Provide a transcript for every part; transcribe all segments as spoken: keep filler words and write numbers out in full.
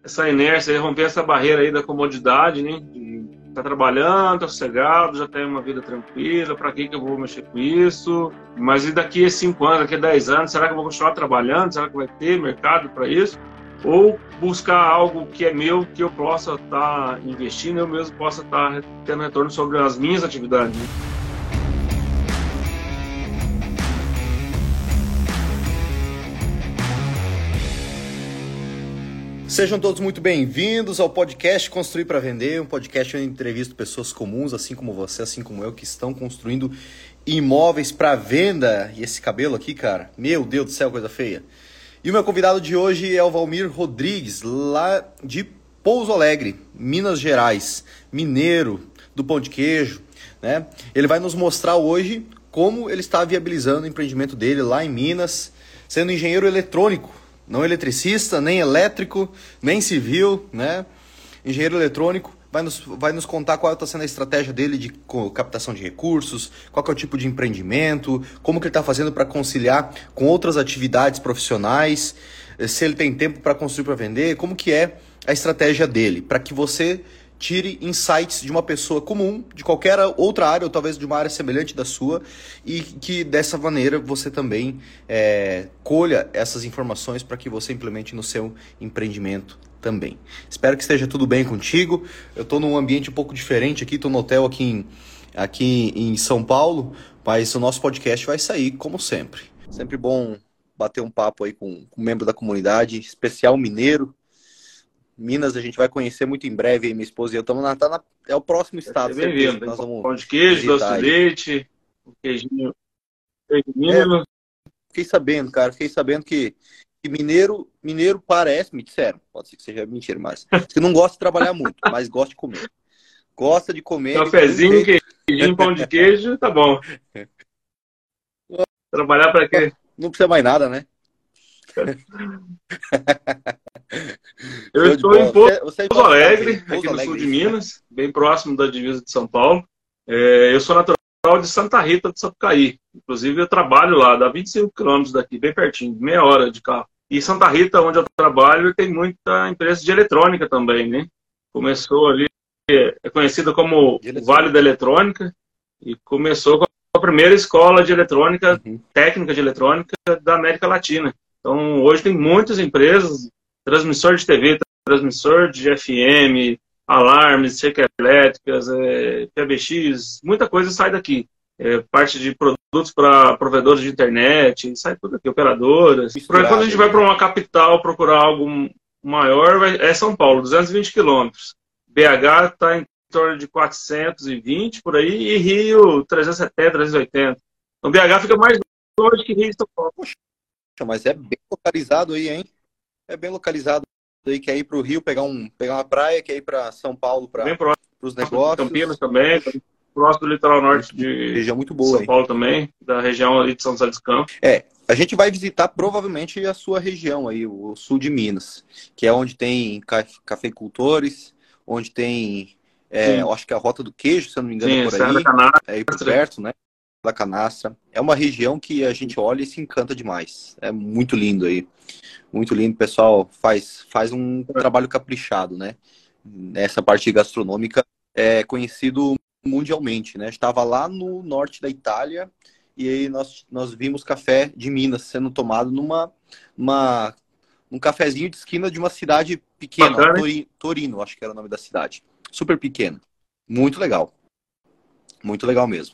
essa inércia, romper essa barreira aí da comodidade, né? De tá trabalhando, tá sossegado, já tem uma vida tranquila, para que que eu vou mexer com isso? Mas e daqui a cinco anos, daqui a dez anos, será que eu vou continuar trabalhando? Será que vai ter mercado para isso? Ou buscar algo que é meu, que eu possa estar investindo, eu mesmo possa estar tendo retorno sobre as minhas atividades, né? Sejam todos muito bem-vindos ao podcast Construir para Vender, um podcast onde eu entrevisto pessoas comuns, assim como você, assim como eu, que estão construindo imóveis para venda. E esse cabelo aqui, cara, meu Deus do céu, coisa feia. E o meu convidado de hoje é o Valmir Rodrigues, lá de Pouso Alegre, Minas Gerais, mineiro do pão de queijo, né? Ele vai nos mostrar hoje como ele está viabilizando o empreendimento dele lá em Minas, sendo engenheiro eletrônico. Não eletricista, nem elétrico, nem civil, né? Engenheiro eletrônico, vai nos, vai nos contar qual está sendo a estratégia dele de captação de recursos, qual que é o tipo de empreendimento, como que ele está fazendo para conciliar com outras atividades profissionais, se ele tem tempo para construir para vender, como que é a estratégia dele, para que você tire insights de uma pessoa comum, de qualquer outra área, ou talvez de uma área semelhante da sua, e que dessa maneira você também é, colha essas informações para que você implemente no seu empreendimento também. Espero que esteja tudo bem contigo. Eu estou num ambiente um pouco diferente aqui, estou no hotel aqui em, aqui em São Paulo, mas o nosso podcast vai sair como sempre. Sempre bom bater um papo aí com, com um membro da comunidade, especial mineiro. Minas a gente vai conhecer muito em breve, aí minha esposa e eu estamos na, tá na, é o próximo estado. É bem-vindo. Nós vamos pão de queijo, doce de leite, um queijinho, queijinho. É, fiquei sabendo, cara, fiquei sabendo que, que mineiro, mineiro parece, me disseram, pode ser que seja mentira, mas que não gosta de trabalhar muito, mas gosta de comer. Gosta de comer. Cafezinho, queijinho, pão de queijo, tá bom. Trabalhar para quê? Não precisa mais nada, né? Eu Show estou em Pouso você, você Pouso Alegre, Pouso aqui no Alegre, sul de isso, Minas, né? Bem próximo da divisa de São Paulo. É, eu sou natural de Santa Rita de Sapucaí. Inclusive, eu trabalho lá, dá vinte e cinco quilômetros daqui, bem pertinho, meia hora de carro. E Santa Rita, onde eu trabalho, tem muita empresa de eletrônica também, né? Começou ali, é conhecida como Vale da Eletrônica, e começou com a primeira escola de eletrônica, uhum. técnica de eletrônica da América Latina. Então, hoje tem muitas empresas, transmissor de T V, transmissor de F M, alarmes, cercas elétricas, é, P B X, muita coisa sai daqui. É, parte de produtos para provedores de internet, sai tudo aqui, operadoras. Misturado, quando a gente vai para uma capital procurar algo maior, vai, é São Paulo, duzentos e vinte quilômetros. B H está em torno de quatrocentos e vinte por aí, e Rio trezentos e setenta, trezentos e oitenta. Então B H fica mais longe que Rio e São Paulo. Poxa, mas é bem localizado aí, hein? É bem localizado aí, quer ir para o Rio pegar, um, pegar uma praia, quer ir para São Paulo para os negócios. Campinas também, próximo do litoral norte de região muito boa, São hein? Paulo também, da região ali de São José dos Campos. É, a gente vai visitar provavelmente a sua região aí, o sul de Minas, que é onde tem cafeicultores, onde tem, é, eu acho que é a Rota do Queijo, se eu não me engano, Sim, é por Serra aí, da Canastra. é aí por perto, né? Da Canastra. É uma região que a gente olha e se encanta demais. É muito lindo aí. Muito lindo. O pessoal faz, faz um trabalho caprichado, né? Nessa parte gastronômica é conhecido mundialmente, né? Estava lá no norte da Itália e aí nós, nós vimos café de Minas sendo tomado numa, uma, um cafezinho de esquina de uma cidade pequena, Tori, Torino, acho que era o nome da cidade. Super pequena. Muito legal. Muito legal mesmo.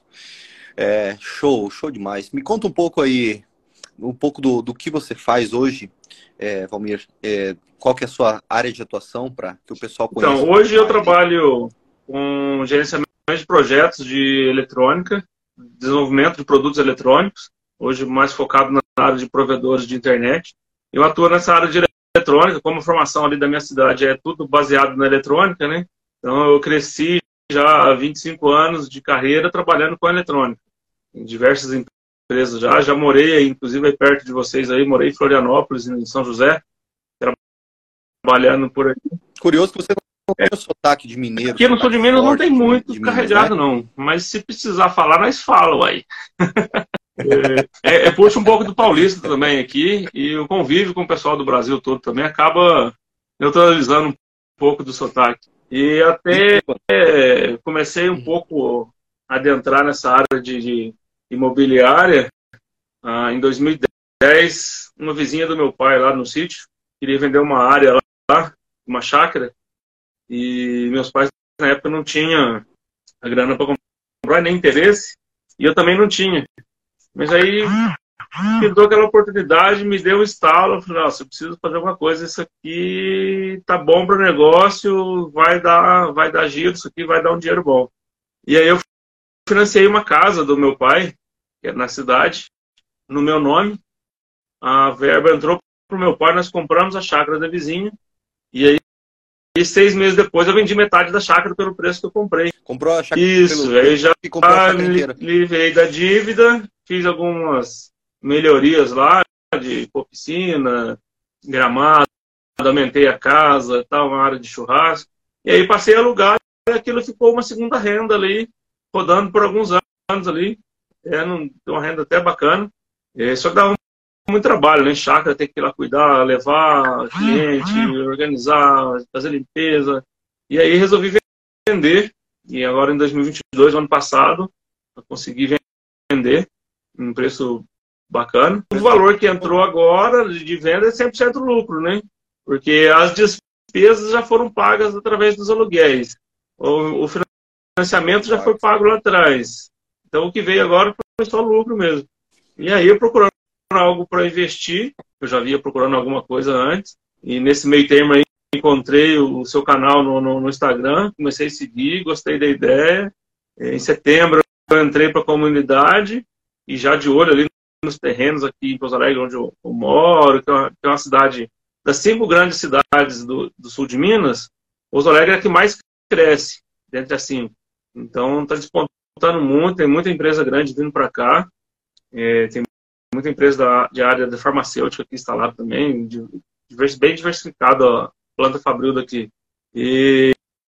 É, show, show demais. Me conta um pouco aí, um pouco do, do que você faz hoje, é, Valmir. É, qual que é a sua área de atuação para que o pessoal conheça? Então, hoje eu trabalho com gerenciamento de projetos de eletrônica, desenvolvimento de produtos eletrônicos, hoje mais focado na área de provedores de internet. Eu atuo nessa área de eletrônica, como a formação ali da minha cidade é tudo baseado na eletrônica, né? Então eu cresci já há vinte e cinco anos de carreira trabalhando com eletrônica, em diversas empresas já. Já morei, inclusive, aí perto de vocês, aí, morei em Florianópolis, em São José, trabalhando por aqui. Curioso que você não tem o sotaque de mineiro. Aqui no sul de Minas não tem muito de carregado, Minas, né? não. Mas se precisar falar, nós falamos aí. é, é, puxa um pouco do paulista também aqui, e o convívio com o pessoal do Brasil todo também acaba neutralizando um pouco do sotaque. E até é, comecei um pouco a adentrar nessa área de, de imobiliária. Ah, em dois mil e dez, uma vizinha do meu pai lá no sítio queria vender uma área lá, uma chácara, e meus pais na época não tinham a grana para comprar, nem interesse, e eu também não tinha. Mas aí pintou aquela oportunidade, me deu um estalo, eu falei, nossa, eu preciso fazer alguma coisa, isso aqui tá bom para o negócio, vai dar, vai dar giro, isso aqui vai dar um dinheiro bom. E aí eu financiei uma casa do meu pai, que é na cidade, no meu nome. A verba entrou pro meu pai, nós compramos a chácara da vizinha, e aí e seis meses depois eu vendi metade da chácara pelo preço que eu comprei. Comprou a chácara Isso, pelo... aí já e comprou a chácara li, inteira. livrei da dívida, fiz algumas melhorias lá, de piscina, gramado, aumentei a casa, tal, uma área de churrasco, e aí passei a alugar, e aquilo ficou uma segunda renda ali, rodando por alguns anos ali, é uma renda até bacana, é, só que dava muito trabalho, né? Chácara, tem que ir lá cuidar, levar cliente, organizar, fazer limpeza. E aí resolvi vender. E agora em dois mil e vinte e dois, ano passado, eu consegui vender um preço bacana. O valor que entrou agora de venda é cem por cento lucro, né? Porque as despesas já foram pagas através dos aluguéis. O, o financiamento já foi pago lá atrás. Então o que veio agora foi só lucro mesmo. E aí eu procurando algo para investir, eu já vinha procurando alguma coisa antes, e nesse meio termo aí encontrei o seu canal no, no, no Instagram, comecei a seguir, gostei da ideia. Em setembro eu entrei para a comunidade, e já de olho ali nos terrenos aqui em Pouso Alegre, onde eu, eu moro, que é, uma, que é uma cidade, das cinco grandes cidades do, do sul de Minas, Pouso Alegre é a que mais cresce, dentre as cinco. Então está despontando muito, tem muita empresa grande vindo para cá, é, tem muita empresa da, de área de farmacêutica aqui instalada também, de, de, bem diversificada a planta fabril daqui. E,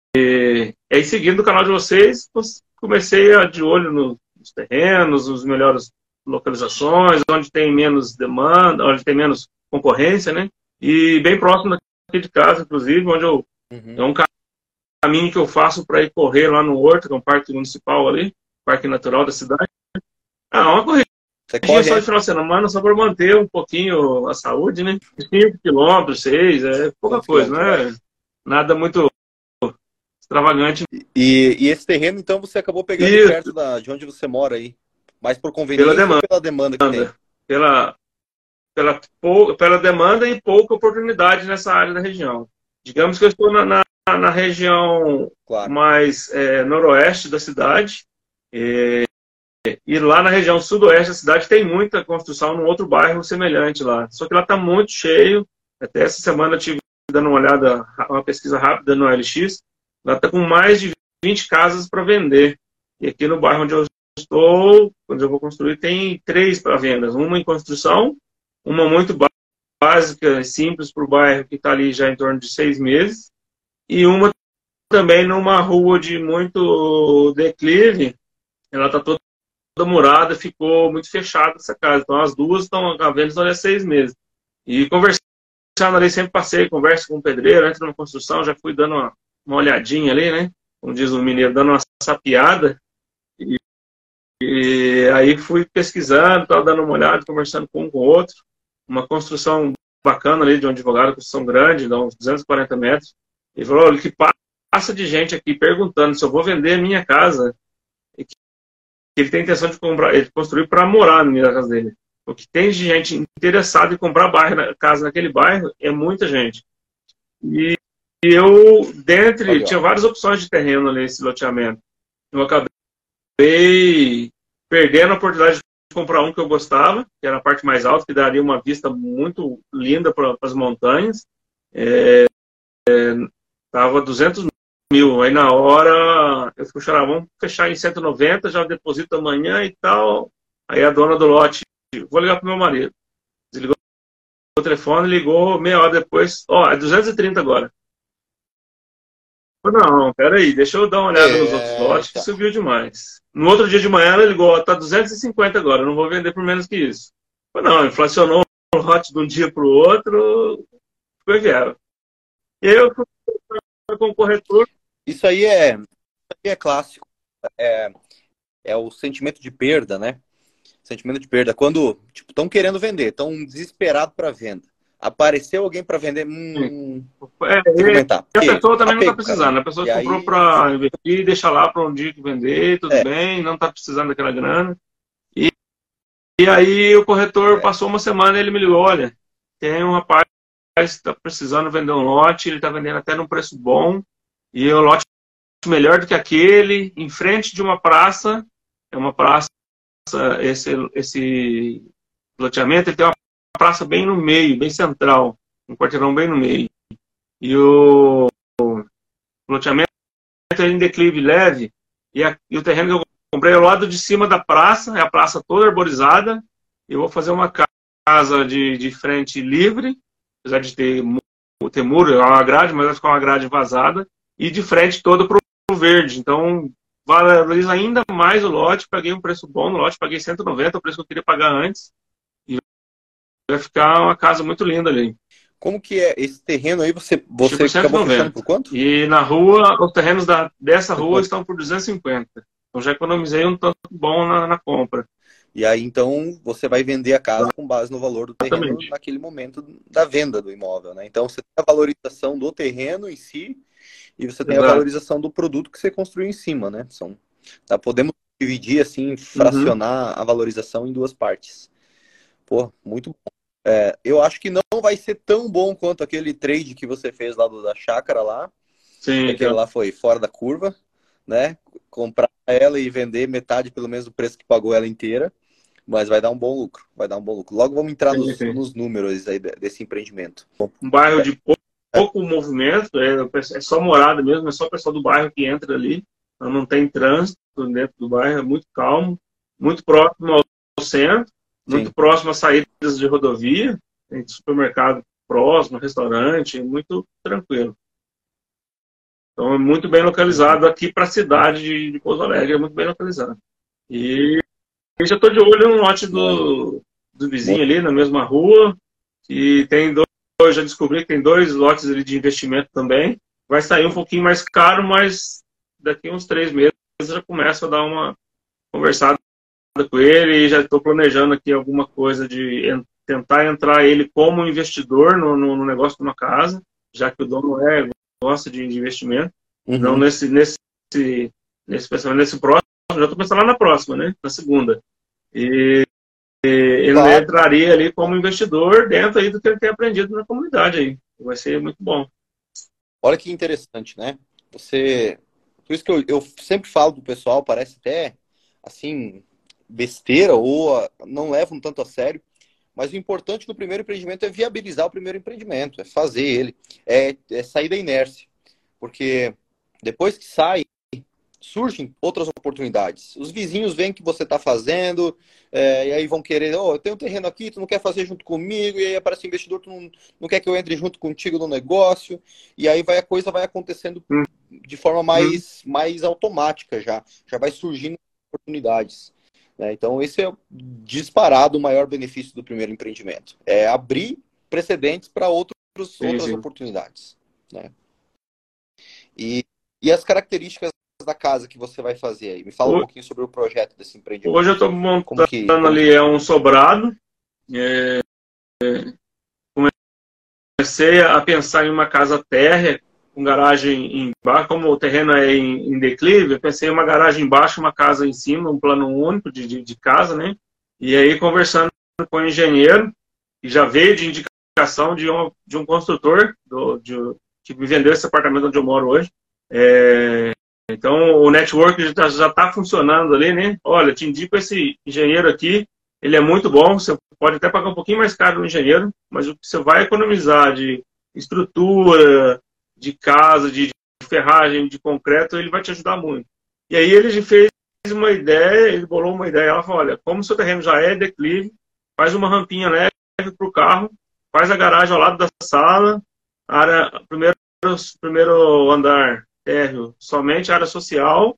e aí, seguindo o canal de vocês, comecei a de olho no, nos terrenos, nas melhores localizações, onde tem menos demanda, onde tem menos concorrência, né? E bem próximo aqui de casa, inclusive, onde eu, uhum. é um caminho que eu faço para ir correr lá no Horto, que é um parque municipal ali, parque natural da cidade. Ah, uma corrida. Você corre só de final de semana, só para manter um pouquinho a saúde, né? cinco quilômetros, seis, é pouca coisa, né? Nada muito extravagante. E, e esse terreno, então, você acabou pegando Isso. perto da, de onde você mora aí? Mais por conveniência pela demanda, ou pela demanda que tem? Pela, pela, pela demanda e pouca oportunidade nessa área da região. Digamos que eu estou na, na, na região claro. mais é, noroeste da cidade, e, e lá na região sudoeste da cidade tem muita construção num outro bairro semelhante lá. Só que lá está muito cheio. Até essa semana eu tive dando uma olhada, uma pesquisa rápida no L X. Lá está com mais de vinte casas para vender. E aqui no bairro onde eu estou, onde eu vou construir, tem três para vendas. Uma em construção, uma muito básica e simples para o bairro, que está ali já em torno de seis meses. E uma também numa rua de muito declive. Ela está toda murada, ficou muito fechada essa casa. Então as duas estão à venda há seis meses. E conversando ali, sempre passei, converso com o pedreiro, entro numa construção, já fui dando uma, uma olhadinha ali, né? Como diz o mineiro, dando uma sapiada. E, e aí fui pesquisando, tava dando uma olhada, conversando com um com o outro. Uma construção bacana ali de um advogado, construção grande, dá uns duzentos e quarenta metros. Ele falou, olha, que passa de gente aqui perguntando se eu vou vender a minha casa. Ele tem intenção de comprar, de construir para morar na casa dele. O que tem de gente interessada em comprar bairro, casa naquele bairro é muita gente. E eu, dentre, Legal. tinha várias opções de terreno ali, esse loteamento. Eu acabei perdendo a oportunidade de comprar um que eu gostava, que era a parte mais alta, que daria uma vista muito linda para as montanhas. É, é, tava duzentos mil. Aí na hora eu fui chorar, vamos fechar em cento e noventa, já deposito amanhã e tal. Aí a dona do lote, vou ligar pro meu marido. Desligou o telefone, ligou meia hora depois, ó, oh, é duzentos e trinta agora. Não, peraí, deixa eu dar uma olhada é, nos outros lotes, tá. que subiu demais. No outro dia de manhã ela ligou, ó, tá duzentos e cinquenta agora, eu não vou vender por menos que isso. Não, inflacionou o lote de um dia pro outro, ficou inviável. E aí eu fui com o corretor. Isso aí é, isso aí é clássico. É, é o sentimento de perda, né? Sentimento de perda. Quando, tipo, estão querendo vender, estão desesperados para venda. Apareceu alguém para vender, hum, É, tem que e aumentar. a Porque pessoa também não está apego, cara, precisando. né? A pessoa E comprou aí, para investir, deixa lá para um dia que vender, tudo é, bem, não está precisando daquela grana. E, e aí o corretor é, passou uma semana e ele me ligou, olha, tem um rapaz que está precisando vender um lote, ele está vendendo até num preço bom, e o lote melhor do que aquele, em frente de uma praça, é uma praça, esse, esse loteamento, ele tem uma praça bem no meio, bem central, um quarteirão bem no meio. E o loteamento é em declive leve, e, a, e o terreno que eu comprei é ao lado de cima da praça, é a praça toda arborizada. Eu vou fazer uma casa de, de frente livre, apesar de ter, ter muro, é uma grade, mas vai ficar uma grade vazada, e de frente toda para o verde. Então, valoriza ainda mais o lote. Paguei um preço bom no lote, paguei cento e noventa, o preço que eu queria pagar antes, e vai ficar uma casa muito linda ali. como que é esse terreno aí? Você, você Tipo acabou fechando por quanto? E na rua, os terrenos da, dessa rua Quanto? estão por duzentos e cinquenta. Então já economizei um tanto bom na, na compra. E aí, então, você vai vender a casa com base no valor do terreno Exatamente. naquele momento da venda do imóvel, né? Então, você tem a valorização do terreno em si e você tem a Exato. valorização do produto que você construiu em cima, né? São, tá, podemos dividir, assim, Uhum. fracionar a valorização em duas partes. Pô, muito bom. É, eu acho que não vai ser tão bom quanto aquele trade que você fez lá do, da chácara lá, que Sim, aquele então. lá foi fora da curva, né? Comprar ela e vender metade pelo menos do preço que pagou ela inteira. Mas vai dar um bom lucro, vai dar um bom lucro. Logo vamos entrar Sim, nos, sim. nos números aí desse empreendimento. Um bairro de pouco, pouco movimento, é, é só morada mesmo, é só o pessoal do bairro que entra ali. Então não tem trânsito dentro do bairro, é muito calmo, muito próximo ao centro, muito Sim. próximo às saídas de rodovia, tem supermercado próximo, restaurante, muito tranquilo. Então é muito bem localizado aqui para a cidade de, de Pouso Alegre, é muito bem localizado. E eu já estou de olho no lote do, do vizinho ali, na mesma rua, e tem dois, eu já descobri que tem dois lotes ali de investimento também. Vai sair um pouquinho mais caro, mas daqui uns três meses eu já começo a dar uma conversada com ele e já estou planejando aqui alguma coisa de en tentar entrar ele como investidor no, no, no negócio de uma casa, já que o dono é, gosta de, de investimento. Uhum. Então, nesse, nesse, nesse pensamento, nesse próximo, já estou pensando lá na próxima, né? Na segunda. E, e ele Claro. entraria ali como investidor dentro aí do que ele tem aprendido na comunidade aí. Vai ser muito bom. Olha que interessante, né? Você... Por isso que eu, eu sempre falo pro pessoal, parece até, assim, besteira ou a... não levam tanto a sério, mas o importante no primeiro empreendimento é viabilizar o primeiro empreendimento, é fazer ele, é, é sair da inércia. Porque depois que sai, surgem outras oportunidades. Os vizinhos veem que você está fazendo, é, e aí vão querer, oh, eu tenho um terreno aqui, tu não quer fazer junto comigo, e aí aparece um investidor, tu não, não quer que eu entre junto contigo no negócio, e aí vai, a coisa vai acontecendo Hum. de forma mais, hum. mais automática já, já vai surgindo oportunidades. Né? Então esse é disparado o maior benefício do primeiro empreendimento, é abrir precedentes para outros, sim, outras sim. oportunidades. Né? E, e as características da casa que você vai fazer aí? Me fala um pouquinho sobre o projeto desse empreendimento. Hoje eu estou montando como que, como ali que... é um sobrado. É, é, comecei a pensar em uma casa térrea com garagem embaixo. Como o terreno é em, em declive, eu pensei em uma garagem embaixo, uma casa em cima, um plano único de, de, de casa, né? E aí conversando com o engenheiro, que já veio de indicação de um, de um construtor do, de, que me vendeu esse apartamento onde eu moro hoje. É, então, o network já está funcionando ali, né? Olha, te indico esse engenheiro aqui, ele é muito bom, você pode até pagar um pouquinho mais caro no engenheiro, mas o que você vai economizar de estrutura, de casa, de ferragem, de concreto, ele vai te ajudar muito. E aí ele fez uma ideia, ele bolou uma ideia, ela falou, olha, como o seu terreno já é declive, faz uma rampinha leve para o carro, faz a garagem ao lado da sala, área, primeiro, primeiro andar, térreo, somente área social,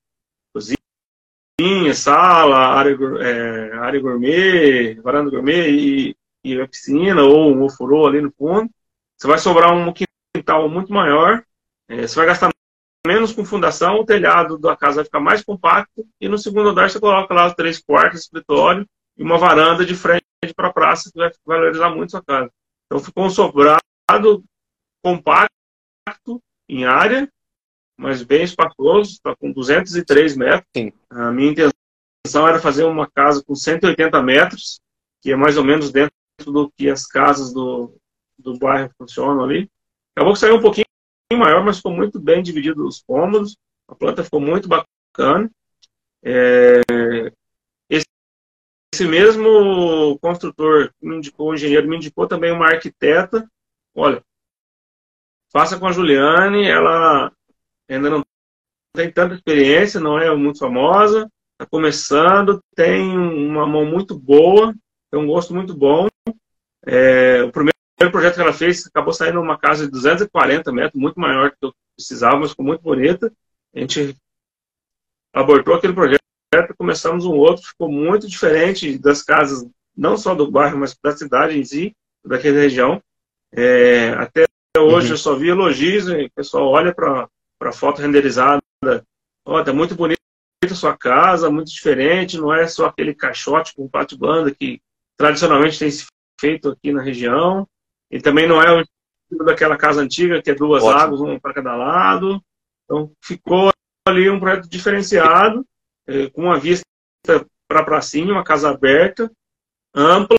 cozinha, sala, área, é, área gourmet, varanda gourmet e, e a piscina ou um ofurô ali no fundo. Você vai sobrar um quintal muito maior, é, você vai gastar menos com fundação, o telhado da casa vai ficar mais compacto, e no segundo andar você coloca lá os três quartos, escritório, e uma varanda de frente para a praça, que vai valorizar muito a sua casa. Então ficou um sobrado compacto em área, mas bem espaçoso, está com duzentos e três metros. Sim. A minha intenção era fazer uma casa com cento e oitenta metros, que é mais ou menos dentro do que as casas do, do bairro funcionam ali. Acabou que saiu um pouquinho maior, mas ficou muito bem dividido os cômodos. A planta ficou muito bacana. É, esse, esse mesmo construtor que me indicou, o engenheiro, me indicou também uma arquiteta. Olha, faça com a Juliane, ela ainda não tem tanta experiência, não é muito famosa, está começando, tem uma mão muito boa, tem um gosto muito bom. É, o primeiro projeto que ela fez acabou saindo uma casa de duzentos e quarenta metros, muito maior do que eu precisava, mas ficou muito bonita. A gente abortou aquele projeto, começamos um outro, ficou muito diferente das casas, não só do bairro, mas da cidade em si, daquela região. É, até hoje uhum. eu só vi elogios, e o pessoal olha para a foto renderizada, ó, tá muito bonita a sua casa, muito diferente, não é só aquele caixote com pátio banda que tradicionalmente tem se feito aqui na região, e também não é o estilo daquela casa antiga, que é duas Ótimo. águas, uma para cada lado. Então ficou ali um projeto diferenciado, eh, com uma vista para a pracinha, uma casa aberta, ampla,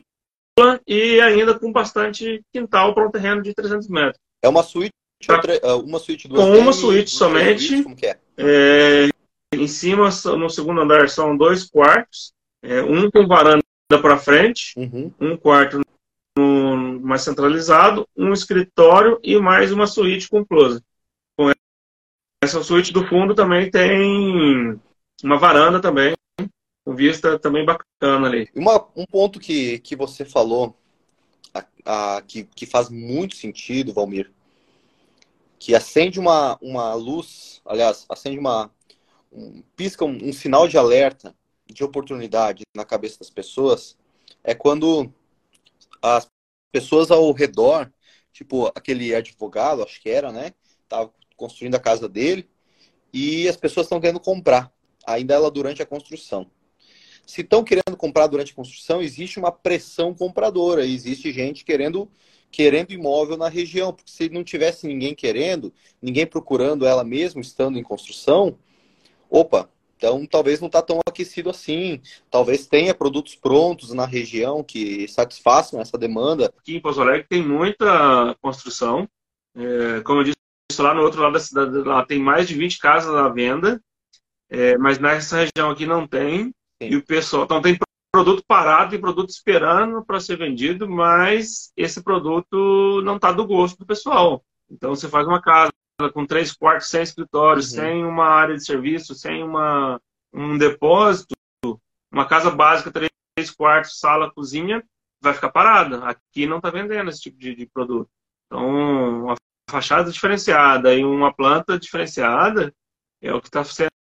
e ainda com bastante quintal para um terreno de trezentos metros. É uma suíte, tá. outra, uma suíte duas Com uma suíte somente. Suítes, como que é? É, em cima, no segundo andar, são dois quartos, é, um com varanda para frente, uhum. um quarto no, mais centralizado, um escritório e mais uma suíte com closet. Com essa suíte do fundo também tem uma varanda também, com vista também bacana ali. Uma, um ponto que, que você falou, a, a, que, que faz muito sentido, Valmir, que acende uma, uma luz, aliás, acende uma, um, pisca um, um sinal de alerta, de oportunidade na cabeça das pessoas, é quando as pessoas ao redor, tipo aquele advogado, acho que era, né? Tava construindo a casa dele e as pessoas estão querendo comprar, ainda ela durante a construção. Se estão querendo comprar durante a construção, existe uma pressão compradora, existe gente querendo, querendo imóvel na região, porque se não tivesse ninguém querendo, ninguém procurando ela mesmo, estando em construção, opa, então talvez não está tão aquecido assim, talvez tenha produtos prontos na região que satisfaçam essa demanda. Aqui em Pouso Alegre tem muita construção, é, como eu disse, lá no outro lado da cidade, lá tem mais de vinte casas à venda, é, mas nessa região aqui não tem. Sim. E o pessoal, então tem produto parado, tem produto esperando para ser vendido, mas esse produto não está do gosto do pessoal. Então você faz uma casa com três quartos, sem escritório, uhum. sem uma área de serviço, sem uma, um depósito, uma casa básica, três quartos, sala, cozinha, vai ficar parada. Aqui não está vendendo esse tipo de, de produto. Então, uma fachada diferenciada e uma planta diferenciada é o que está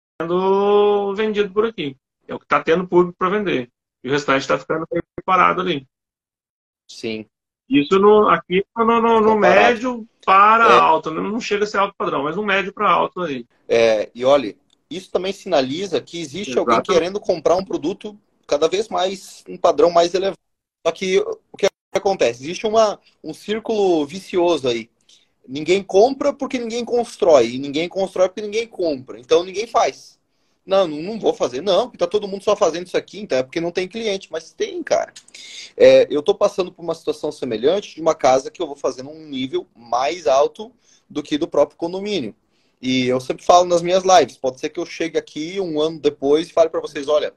sendo vendido por aqui. É o que está tendo público para vender. E o restante está ficando parado ali. Sim. Isso no, aqui no, no, no médio para é. alto. Não chega a ser alto padrão, mas no médio para alto aí. É, e olha, isso também sinaliza que existe Exato. alguém querendo comprar um produto cada vez mais, um padrão mais elevado. Só que o que acontece? Existe uma, um círculo vicioso aí. Ninguém compra porque ninguém constrói. E ninguém constrói porque ninguém compra. Então ninguém faz. Não, não vou fazer. Não, porque tá todo mundo só fazendo isso aqui, então é porque não tem cliente. Mas tem, cara. É, eu tô passando por uma situação semelhante de uma casa que eu vou fazer num nível mais alto do que do próprio condomínio. E eu sempre falo nas minhas lives, pode ser que eu chegue aqui um ano depois e fale para vocês, olha,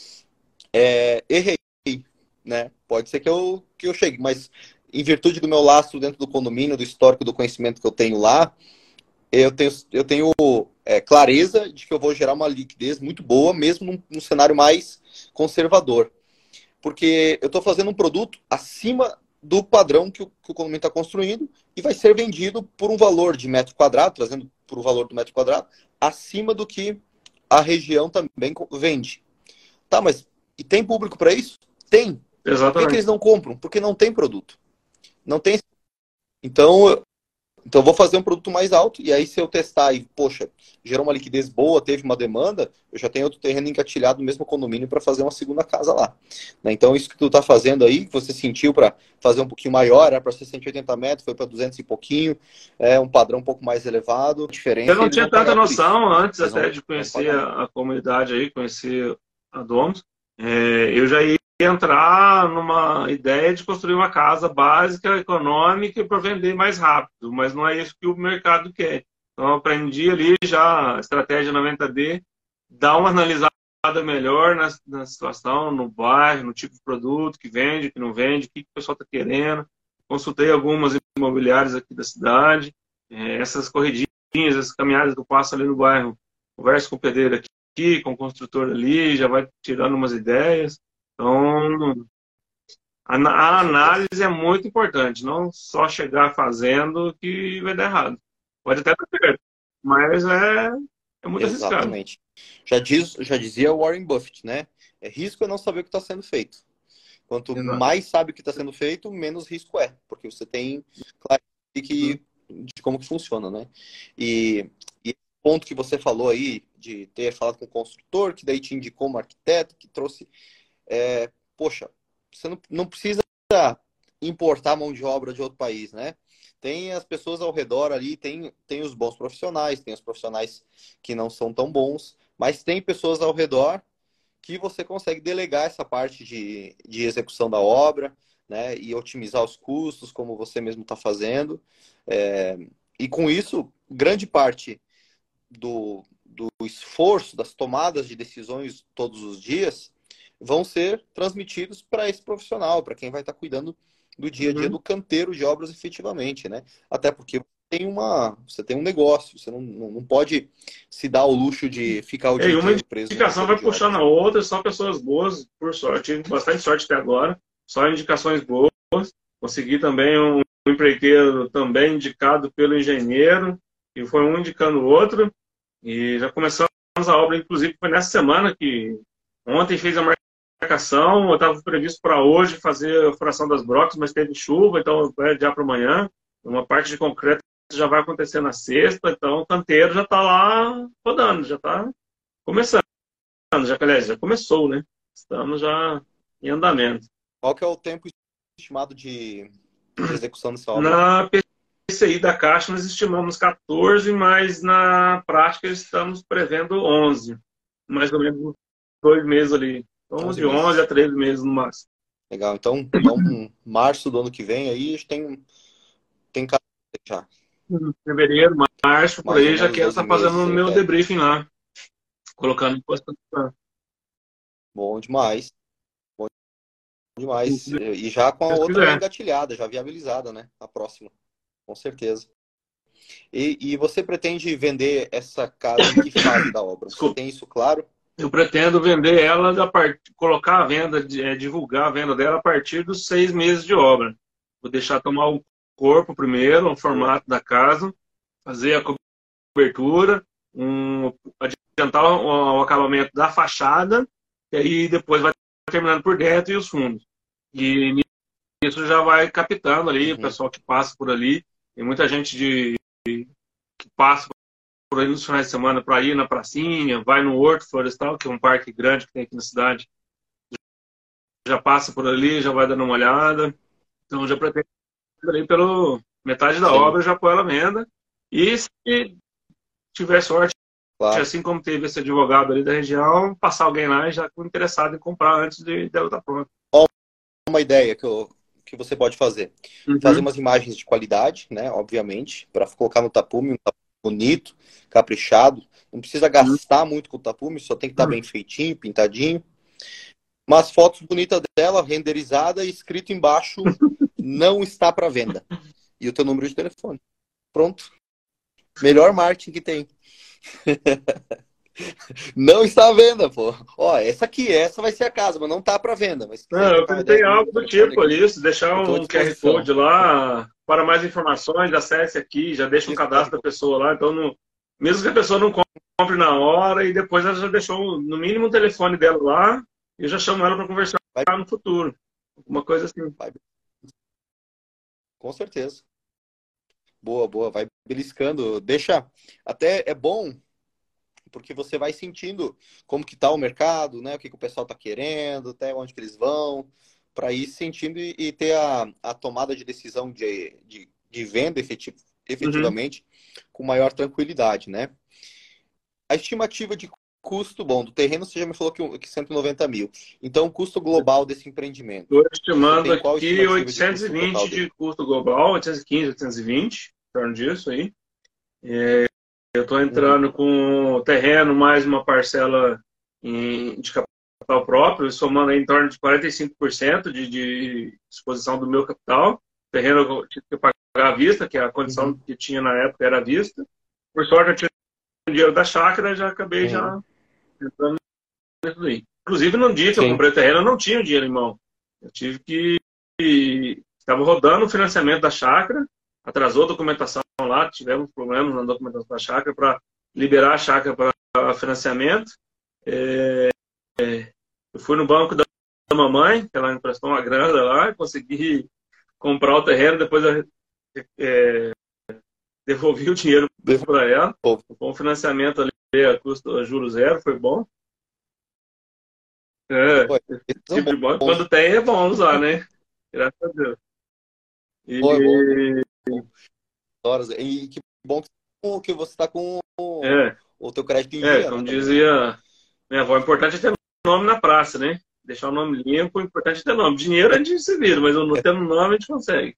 é, errei, né? Pode ser que eu, que eu chegue, mas em virtude do meu lastro dentro do condomínio, do histórico, do conhecimento que eu tenho lá, eu tenho, eu tenho é, clareza de que eu vou gerar uma liquidez muito boa, mesmo num, num cenário mais conservador. Porque eu estou fazendo um produto acima do padrão que o, que o condomínio está construindo e vai ser vendido por um valor de metro quadrado, trazendo por o valor do metro quadrado, acima do que a região também vende. Tá, mas e tem público para isso? Tem. Exatamente. Por que, que eles não compram? Porque não tem produto. Não tem. Então, Então eu vou fazer um produto mais alto, e aí se eu testar e, poxa, gerou uma liquidez boa, teve uma demanda, eu já tenho outro terreno engatilhado no mesmo condomínio para fazer uma segunda casa lá. Né? Então isso que tu está fazendo aí, que você sentiu para fazer um pouquinho maior, era para ser cento e oitenta metros, foi para duzentos e pouquinho, é um padrão um pouco mais elevado. A diferença Eu é não eles tinha vão tanta pagar por isso. noção antes Eles até vão, de vão conhecer pagar. a, a comunidade aí, conhecer a Domos. É, eu já ia entrar numa ideia de construir uma casa básica, econômica, para vender mais rápido, mas não é isso que o mercado quer. Então, eu aprendi ali já a estratégia noventa D, dar uma analisada melhor na, na situação, no bairro, no tipo de produto que vende, que não vende, o que, que o pessoal está querendo. Consultei algumas imobiliárias aqui da cidade, é, essas corridinhas, essas caminhadas que eu passo ali no bairro, converso com o pedreiro aqui, com o construtor ali, já vai tirando umas ideias. Então, a, a Com certeza. análise é muito importante, não só chegar fazendo que vai dar errado. Pode até dar certo, mas é, é muito arriscado. Exatamente. Já, diz, já dizia Warren Buffett, né? É, risco é não saber o que está sendo feito. Quanto Exato. mais sabe o que está sendo feito, menos risco é, porque você tem clareza que, de como que funciona, né? E, e o ponto que você falou aí, de ter falado com o construtor, que daí te indicou um arquiteto, que trouxe... É, poxa, você não, não precisa importar mão de obra de outro país, né? Tem as pessoas ao redor ali, tem, tem os bons profissionais, tem os profissionais que não são tão bons, mas tem pessoas ao redor que você consegue delegar essa parte de, de execução da obra, né, e otimizar os custos, como você mesmo está fazendo. É, e com isso, grande parte do, do esforço, das tomadas de decisões todos os dias, vão ser transmitidos para esse profissional, para quem vai estar cuidando do dia a dia Uhum. do canteiro de obras efetivamente, né? Até porque tem uma, você tem um negócio, você não, não, não pode se dar o luxo de ficar o É, dia e uma inteiro preso no indicação canteiro vai de obras. puxando a outra, são pessoas boas, por sorte, tive bastante sorte até agora, só indicações boas. Consegui também um empreiteiro também indicado pelo engenheiro, e foi um indicando o outro, e já começamos a obra, inclusive foi nessa semana que ontem fez a marcação, eu estava previsto para hoje fazer a furação das brocas, mas teve chuva, então vai adiar para amanhã. Uma parte de concreto já vai acontecer na sexta, então o canteiro já está lá rodando, já está começando, já, aliás, já começou, né? Estamos já em andamento. Qual que é o tempo estimado de, de execução dessa obra? Na P C I da Caixa nós estimamos quatorze, mas na prática estamos prevendo onze. Mais ou menos dois meses ali. Então, onze de onze a meses. treze meses no máximo. Legal. Então, então março do ano que vem aí a gente tem, tem casa já. Fevereiro, março, por Mais ou aí, já menos quero doze estar fazendo meses o aí meu até. debriefing lá. Colocando em constância. Bom demais. Bom demais. E já com a Se outra quiser. engatilhada, já viabilizada, né? A próxima. Com certeza. E, e você pretende vender essa casa em que fase da obra? Você Desculpa. tem isso claro? Eu pretendo vender ela, da part... colocar a venda, é, divulgar a venda dela a partir dos seis meses de obra. Vou deixar tomar o corpo primeiro, o Boa. formato da casa, fazer a cobertura, um... adiantar o, o acabamento da fachada, e aí depois vai terminando por dentro e os fundos. E isso já vai captando ali, o Uhum. pessoal que passa por ali. Tem muita gente de... que passa por aí nos finais de semana para ir na pracinha, vai no Horto Florestal, que é um parque grande que tem aqui na cidade, já passa por ali, já vai dando uma olhada. Então já pretendo ali pelo metade da Sim, obra já pôr ela à venda. E se tiver sorte, claro. assim como teve esse advogado ali da região, passar alguém lá e já interessado em comprar antes de dela estar pronta. Ó, uma ideia que, eu, que você pode fazer. Fazer Uhum. umas imagens de qualidade, né? Obviamente, para colocar no tapume, um tapume bonito, caprichado. Não precisa Uhum. gastar muito com o tapume, só tem que estar bem feitinho, pintadinho. Umas fotos bonitas dela, renderizada e escrito embaixo, não está para venda. E o teu número de telefone. Pronto. Melhor marketing que tem. Não está à venda, pô. Ó, essa aqui, essa vai ser a casa, mas não tá para venda. Mas se quiser Não, eu trocar uma ideia pensei em comigo no algo do telefone tipo aqui, ali, se deixar eu estou à um Q R disposição. Code lá, para mais informações, acesse aqui, já deixa um cadastro da pessoa lá, então não, mesmo que a pessoa não compre na hora e depois ela já deixou no mínimo o telefone dela lá, e eu já chamo ela para conversar Vai, no futuro. Uma coisa assim. vai. Com certeza. Boa, boa, vai beliscando. Deixa, até é bom, porque você vai sentindo como que tá o mercado, né? O que, que o pessoal tá querendo, até onde que eles vão, para ir sentindo e, e ter a, a tomada de decisão de, de, de venda efetiv, Uhum. efetivamente com maior tranquilidade, né? A estimativa de custo, bom, do terreno você já me falou que, que cento e noventa mil. Então, o custo global desse empreendimento, Estou você estimando tem qual aqui estimativa de oitocentos e custo total vinte dele? de custo global, oitocentos e quinze, oitocentos e vinte, em torno disso aí. Eu estou Uhum, entrando com o terreno mais uma parcela em, de capital próprio, somando aí em torno de quarenta e cinco por cento de, de disposição do meu capital. O terreno eu tive que pagar à vista, que a condição uhum, que tinha na época era à vista. Por sorte, eu tinha o dinheiro da chácara, já acabei uhum. já entrando nisso aí. Inclusive, no dia que eu Sim. comprei o terreno, eu não tinha o dinheiro em mão. Eu tive que... Estava rodando o financiamento da chácara, atrasou a documentação lá, tivemos problemas na documentação da chácara para liberar a chácara para financiamento. É, eu fui no banco da mamãe, que ela me emprestou uma grana lá, consegui comprar o terreno, depois eu é, devolvi o dinheiro para ela. Devolve. Com o financiamento ali a custo a juro zero, foi bom. É, Pô, esse esses são tipo de banco, quando bons. tem, é bom usar, né? Graças a Deus. Boa, boa, boa. E, Horas. E que bom que você está com o, é, o teu crédito em é, dia, né, como também, né? dizia minha avó, o importante é ter nome na praça, né? Deixar o nome limpo, o importante é ter nome. Dinheiro a gente se vira, mas não tendo nome a gente consegue.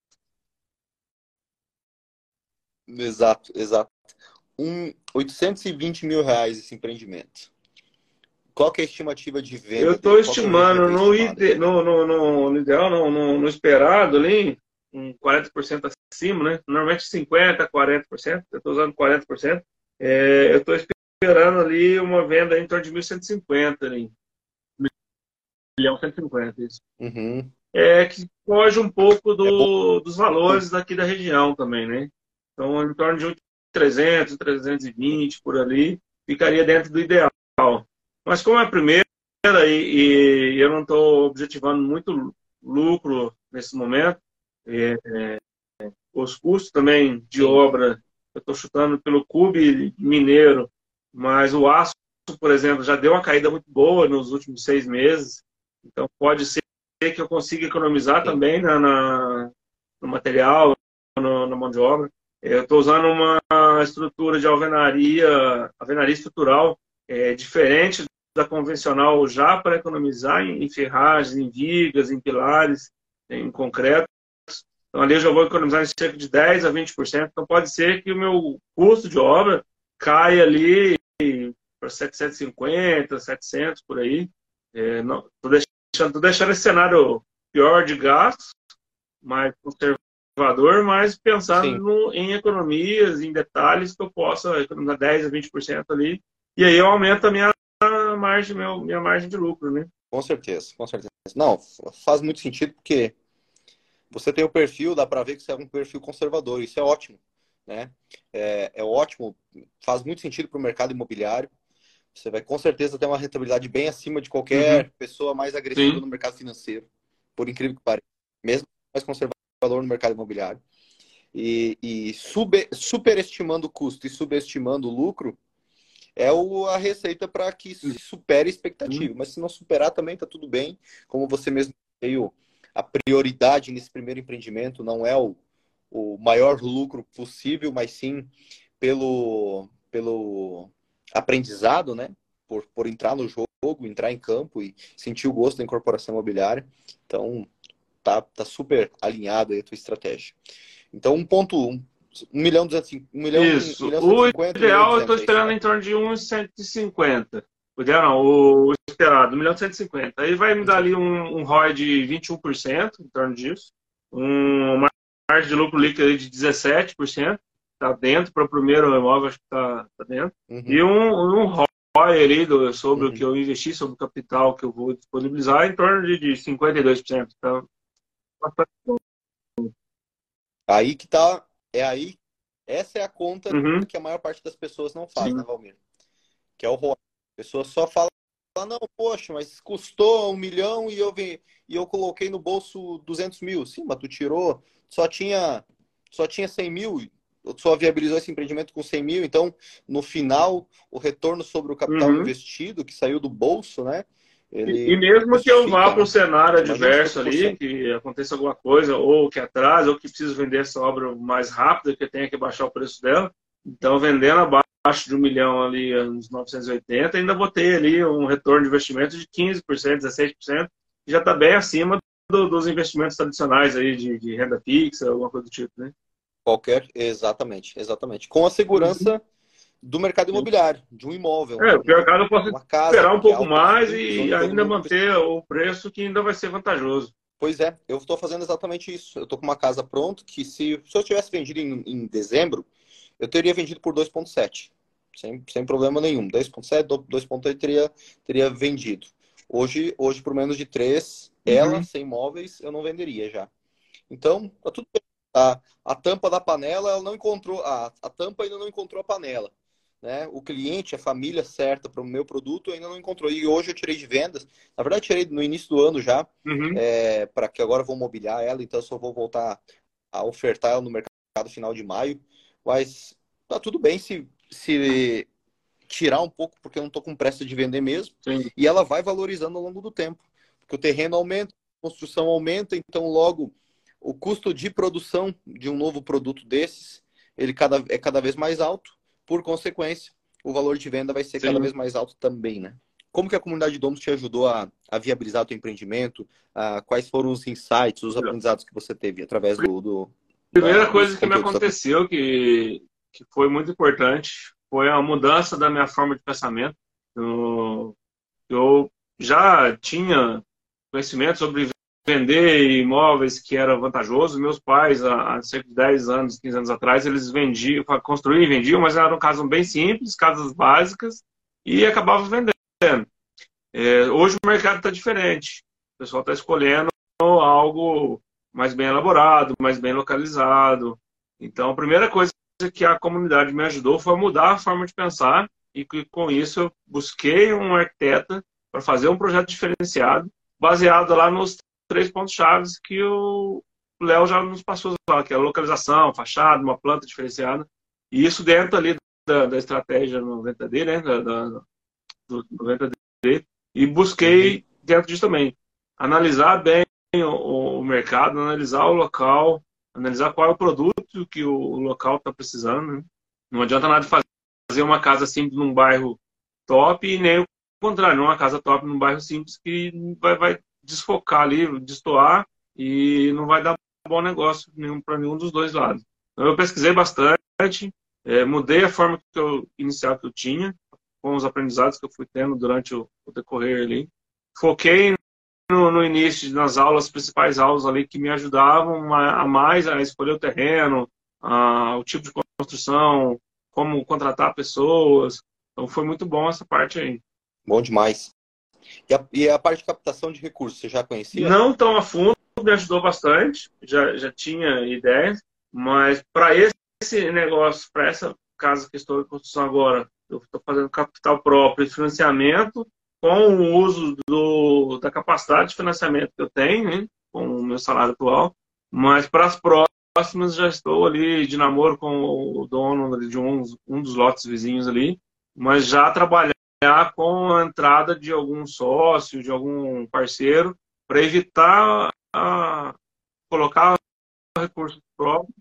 Exato, exato. Um, oitocentos e vinte mil reais esse empreendimento. Qual que é a estimativa de Eu venda estou dele? Qual que é o V G estimando V no, estimado ide, dele? no, no, no, no ideal, no, no, no esperado ali, um quarenta por cento acima, né? Normalmente cinquenta, quarenta por cento. Eu estou usando quarenta por cento. É, eu estou esperando ali uma venda em torno de mil cento e cinquenta ali. Milhão cento e cinquenta, isso. Uhum. É que foge um pouco É bom. do, dos valores daqui da região também, né? Então, em torno de trezentos, trezentos e vinte por ali, ficaria dentro do ideal. Mas como é a primeira e, e eu não estou objetivando muito lucro nesse momento, é, os custos também de Sim. obra, eu estou chutando pelo Cube Mineiro, mas o aço, por exemplo, já deu uma caída muito boa nos últimos seis meses, então pode ser que eu consiga economizar Sim. também na, na no material, no, na mão de obra. Eu estou usando uma estrutura de alvenaria, alvenaria estrutural, é, diferente da convencional já para economizar em, em ferragens, em vigas, em pilares, em concreto. Então ali eu já vou economizar em cerca de dez a vinte por cento. Então pode ser que o meu custo de obra caia ali para setecentos e cinquenta, setecentos por aí. É, não, tô deixando, tô deixando esse cenário pior de gastos, mais conservador, mas pensando Sim. no, em economias, em detalhes que eu possa economizar dez a vinte por cento ali. E aí eu aumento a minha margem, meu, minha margem de lucro, né? Com certeza, com certeza. Não, faz muito sentido porque você tem o perfil, dá para ver que você é um perfil conservador, isso é ótimo, né? É, é ótimo, faz muito sentido para o mercado imobiliário. Você vai com certeza ter uma rentabilidade bem acima de Uhum. qualquer pessoa mais agressiva Sim. no mercado financeiro, por incrível que pareça, mesmo mais conservador no mercado imobiliário. E, e sub, superestimando o custo e subestimando o lucro é o, a receita para que se supere a Uhum. expectativa. Mas se não superar também está tudo bem. Como você mesmo veio, a prioridade nesse primeiro empreendimento não é o, o maior lucro possível, mas sim pelo, pelo aprendizado, né? Por, por entrar no jogo, entrar em campo e sentir o gosto da incorporação imobiliária. Então, tá, tá super alinhado aí a tua estratégia. Então, um ponto, um, um milhão, duzentos, um milhão, um Isso. milhão cento e O cinquenta, um milhão e ideal eu estou duzentos, é isso, esperando né? em torno de uns cento e cinquenta. O ideal não, o esperado, um milhão e cento e cinquenta. Aí vai me dar ali um, um R O I de vinte e um por cento, em torno disso. Um, uma margem de lucro líquido ali de dezessete por cento. Está dentro, para o primeiro imóvel, acho que está tá dentro. Uhum, E um, um R O I ali do, sobre o que uhum. eu investi, sobre o capital que eu vou disponibilizar, em torno de, de cinquenta e dois por cento. Então, bastante bom. Aí que tá, é aí, essa é a conta Uhum, que a maior parte das pessoas não faz, né, sim. Valmir? Que é o R O I. A pessoa só fala, não, poxa, mas custou um milhão e eu, vi, e eu coloquei no bolso duzentos mil. Sim, mas tu tirou, só tinha, só tinha cem mil, só viabilizou esse empreendimento com cem mil, então, no final, o retorno sobre o capital Uhum. investido, que saiu do bolso, né? E, e Ele mesmo que eu vá justifica, para um né? cenário Imagina adverso cinco por ali, cento. que aconteça alguma coisa, ou que atrase, ou que precise vender essa obra mais rápido, que tenha que baixar o preço dela. Então, vendendo abaixo de um milhão ali, uns novecentos e oitenta, ainda vou ter ali um retorno de investimento de quinze por cento, dezesseis por cento, que já está bem acima do, dos investimentos tradicionais aí de, de renda fixa, alguma coisa do tipo, né? Qualquer, exatamente, exatamente. Com a Uhum. segurança do mercado imobiliário, de um imóvel, É, o pior uma, caso eu posso uma casa esperar um que é pouco alta mais simples, e onde todo ainda mundo precisa. manter o preço que ainda vai ser vantajoso. Pois é, eu estou fazendo exatamente isso. Eu estou com uma casa pronta que se, se eu tivesse vendido em, em dezembro, eu teria vendido por dois vírgula sete, sem, sem problema nenhum. dois vírgula sete, dois vírgula oito teria, teria vendido. Hoje, hoje, por menos de três, ela, Uhum. sem móveis, eu não venderia já. Então, tá tudo bem. A, a tampa da panela, ela não encontrou, a, a tampa ainda não encontrou a panela. Né? O cliente, a família certa para o meu produto ainda não encontrou. E hoje eu tirei de vendas. Na verdade, tirei no início do ano já, Uhum. é, para que agora eu vou mobiliar ela, então eu só vou voltar a ofertar ela no mercado final de maio. Mas tá tudo bem se, se tirar um pouco, porque eu não estou com pressa de vender mesmo. Sim. E ela vai valorizando ao longo do tempo. Porque o terreno aumenta, a construção aumenta, então logo o custo de produção de um novo produto desses ele cada, é cada vez mais alto. Por consequência, o valor de venda vai ser cada Sim. vez mais alto também, né? Como que a comunidade de donos te ajudou a, a viabilizar o teu empreendimento? A, quais foram os insights, os aprendizados que você teve através do, do da, Primeira dos coisa que me conteúdos da comunidade? aconteceu, que, que foi muito importante, foi a mudança da minha forma de pensamento. Eu, eu já tinha conhecimento sobre vender imóveis que era vantajoso. Meus pais, há, há cerca de dez anos, quinze anos atrás, eles vendiam, construíam e vendiam, mas eram casas bem simples, casas básicas, e acabavam vendendo. É, hoje o mercado está diferente. O pessoal está escolhendo algo mais bem elaborado, mais bem localizado. Então, a primeira coisa que a comunidade me ajudou foi a mudar a forma de pensar e que, com isso, eu busquei um arquiteta para fazer um projeto diferenciado, baseado lá nos três pontos-chave que o Léo já nos passou lá, que é a localização, fachada, uma planta diferenciada. E isso dentro ali da, da estratégia noventa D, né, da, da, do noventa D, e Uhum. busquei dentro disso também analisar bem o, o mercado, analisar o local, analisar qual é o produto que o local está precisando. Né? Não adianta nada fazer uma casa simples num bairro top e nem o contrário, uma casa top num bairro simples que vai, vai desfocar ali, destoar e não vai dar bom negócio nenhum, para nenhum dos dois lados. Então, eu pesquisei bastante, é, mudei a forma que eu, inicial que eu tinha, com os aprendizados que eu fui tendo durante o, o decorrer ali. Foquei no, no início, nas aulas, principais aulas ali que me ajudavam a, a mais a escolher o terreno, a, o tipo de construção, como contratar pessoas. Então foi muito bom essa parte aí. Bom demais. E a, e a parte de captação de recursos, você já conhecia? Não tão a fundo, me ajudou bastante, já, já tinha ideias, mas para esse negócio, para essa casa que estou em construção agora, eu estou fazendo capital próprio e financiamento com o uso do, da capacidade de financiamento que eu tenho, né, com o meu salário atual, mas para as próximas já estou ali de namoro com o dono de um, um dos lotes vizinhos ali, mas já trabalhando com a entrada de algum sócio, de algum parceiro, para evitar a, colocar recursos próprios,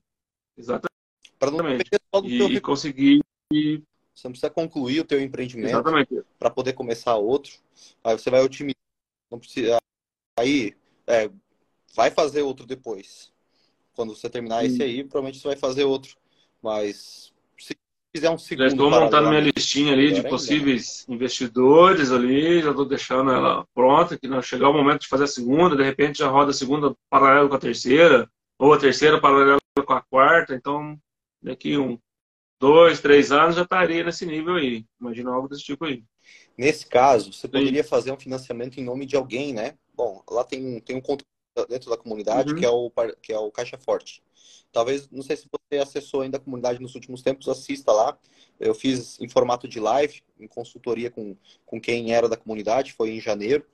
Para não exatamente, depender só do teu e, e recurso. conseguir, Você não precisa concluir o teu empreendimento exatamente, para poder começar outro. Aí você vai otimizar. Não precisa. Aí é, vai fazer outro depois. Quando você terminar esse aí, provavelmente você vai fazer outro. Mas se fizer um já segundo estou montando minha paralelamente, listinha ali de melhor ainda, né? possíveis investidores ali, já estou deixando ela pronta, que não chegar o momento de fazer a segunda, de repente já roda a segunda paralelo com a terceira, ou a terceira paralelo com a quarta, então daqui um dois, três anos já estaria nesse nível aí. Imagina algo desse tipo aí. Nesse caso, você Sim. poderia fazer um financiamento em nome de alguém, né? Bom, lá tem, tem um conta dentro da comunidade que Uhum. é o, que é o Caixa Forte. Talvez, não sei se acessou ainda a comunidade nos últimos tempos, assista lá. Eu fiz em formato de live, em consultoria com, com quem era da comunidade, foi em janeiro.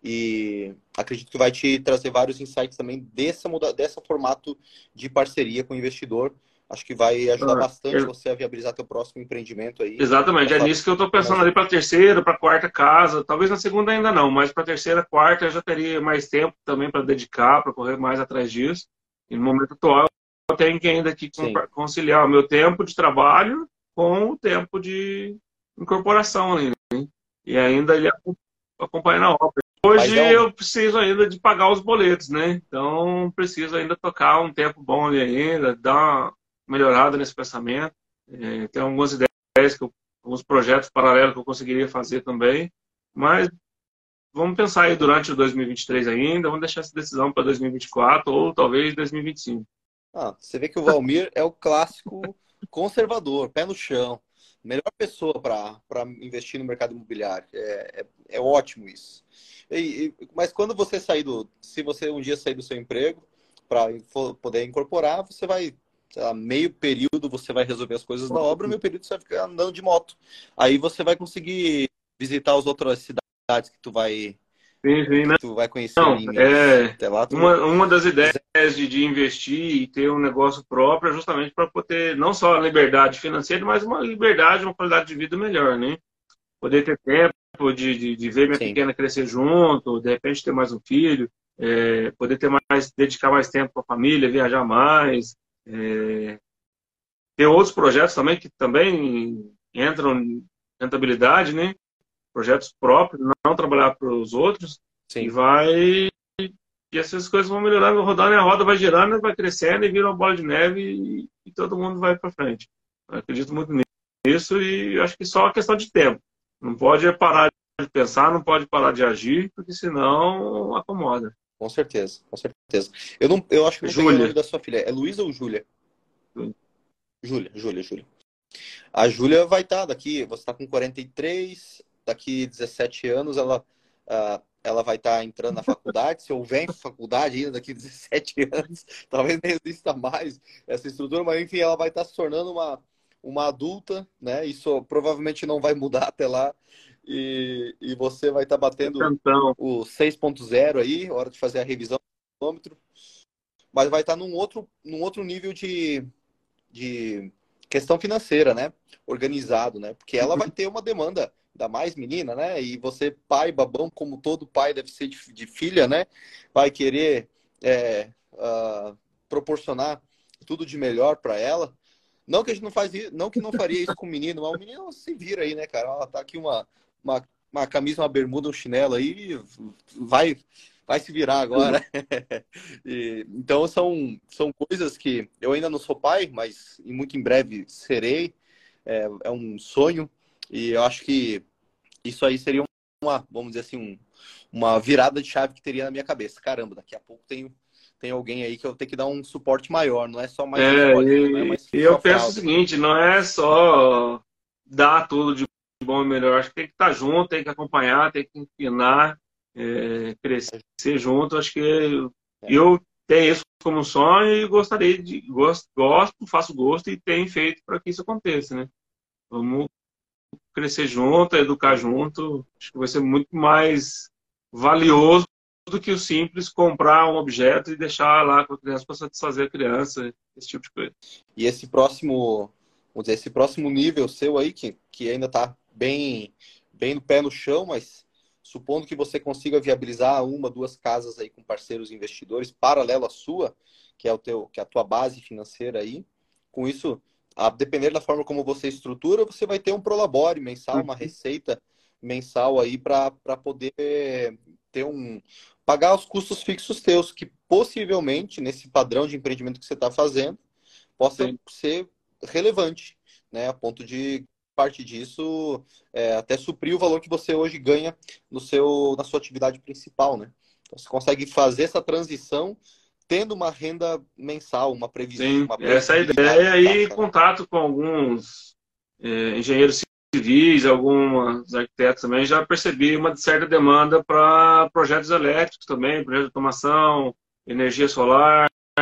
E acredito que vai te trazer vários insights também dessa, dessa formato de parceria com o investidor. Acho que vai ajudar Ah, bastante é- você a viabilizar teu próximo empreendimento aí. exatamente, Pra é fazer nisso que eu estou mais. pensando ali para a terceira, para a quarta casa. Talvez na segunda ainda não, mas para a terceira, quarta eu já teria mais tempo também para dedicar, para correr mais atrás disso. E no momento atual eu tenho que ainda aqui Sim. conciliar o meu tempo de trabalho com o tempo de incorporação ali, né? E ainda ele acompanha na obra. Mas Hoje é um... eu preciso ainda de pagar os boletos, né? Então preciso ainda tocar um tempo bom ali ainda, dar uma melhorada nesse pensamento. É, tem algumas ideias, que eu, alguns projetos paralelos que eu conseguiria fazer também, mas vamos pensar aí durante o dois mil e vinte e três ainda, vamos deixar essa decisão para dois mil e vinte e quatro ou talvez dois mil e vinte e cinco. Ah, você vê que o Valmir é o clássico conservador, pé no chão. Melhor pessoa para investir no mercado imobiliário. É, é, é ótimo isso. E, e- mas quando você sair do. Se você um dia sair do seu emprego para poder incorporar, você vai. Sei lá, meio período você vai resolver as coisas da obra, meio período você vai ficar andando de moto. Aí você vai conseguir visitar as outras cidades que tu vai, Sim, sim, que né? tu vai conhecer Não, ali em Minas. é Até lá tu. uma, uma das ideias de, de investir e ter um negócio próprio é justamente para poder não só a liberdade financeira, mas uma liberdade, uma qualidade de vida melhor, né? Poder ter tempo de, de, de ver minha Sim, pequena crescer junto, de repente ter mais um filho, é, poder ter mais, dedicar mais tempo para a família, viajar mais, é, ter outros projetos também que também entram em rentabilidade, né? Projetos próprios, não trabalhar para os outros, e sim. vai. E essas coisas vão melhorando, rodando, e a roda vai girando, vai crescendo e vira uma bola de neve e, e todo mundo vai para frente. Eu acredito muito nisso e acho que só uma questão de tempo. Não pode parar de pensar, não pode parar de agir, porque senão acomoda. Com certeza, com certeza. Eu, não, eu acho que não peguei o nome Júlia. da sua filha. É Luísa ou Júlia? Júlia, Júlia, Júlia. A Júlia vai estar daqui, você está com quarenta e três, daqui dezessete anos ela, ah, ela vai estar entrando na faculdade. Se houver faculdade ainda daqui dezessete anos, talvez nem exista mais essa estrutura, mas enfim, ela vai estar se tornando uma, uma adulta, né? Isso provavelmente não vai mudar até lá. E, e você vai estar batendo Então, o seis ponto zero aí, hora de fazer a revisão do quilômetro, mas vai estar num outro, num outro nível de, de questão financeira, né? Organizado, né? Porque ela vai ter uma demanda, ainda mais menina, né? E você, pai, babão, como todo pai deve ser de, de filha, né? Vai querer é, uh, proporcionar tudo de melhor para ela. Não que a gente não faz isso, não que não faria isso com o menino, mas o menino se vira aí, né, cara? Ela tá aqui uma, uma, uma camisa, uma bermuda, um chinelo aí, vai, vai se virar agora. E, então são, são coisas que eu ainda não sou pai, mas muito em breve serei. É, é um sonho e eu acho que isso aí seria uma, vamos dizer assim, um, uma virada de chave que teria na minha cabeça. Caramba, daqui a pouco tem, tem alguém aí que eu tenho que dar um suporte maior, não é só mais uma é, escolinha, não é e, mais e só eu penso o fralda. seguinte, não é só dar tudo de bom e melhor, acho que tem que estar junto, tem que acompanhar, tem que empinar, é, crescer junto. Acho que É. eu tenho isso como sonho e gostaria de, gosto, gosto, faço gosto e tenho feito para que isso aconteça, né? Vamos crescer junto, educar Sim. junto, acho que vai ser muito mais valioso do que o simples comprar um objeto e deixar lá com a criança para satisfazer a criança, esse tipo de coisa. E esse próximo, vamos dizer, esse próximo nível seu aí, que, que ainda está bem, bem no pé no chão, mas supondo que você consiga viabilizar uma, duas casas aí com parceiros investidores, paralelo à sua, que é o teu, que é a tua base financeira aí, com isso, a depender da forma como você estrutura, você vai ter um prolabore mensal, uma receita mensal aí para poder ter um pagar os custos fixos teus, que possivelmente, nesse padrão de empreendimento que você está fazendo, possa Sim. ser relevante, né? A ponto de parte disso é, até suprir o valor que você hoje ganha no seu, na sua atividade principal, né? Então, você consegue fazer essa transição tendo uma renda mensal, uma, previs, Sim, uma essa é a previsibilidade ideia de aí, caixa, né? contato com alguns é, engenheiros civis, alguns arquitetos também, já percebi uma certa demanda para projetos elétricos também, projetos de automação, energia solar.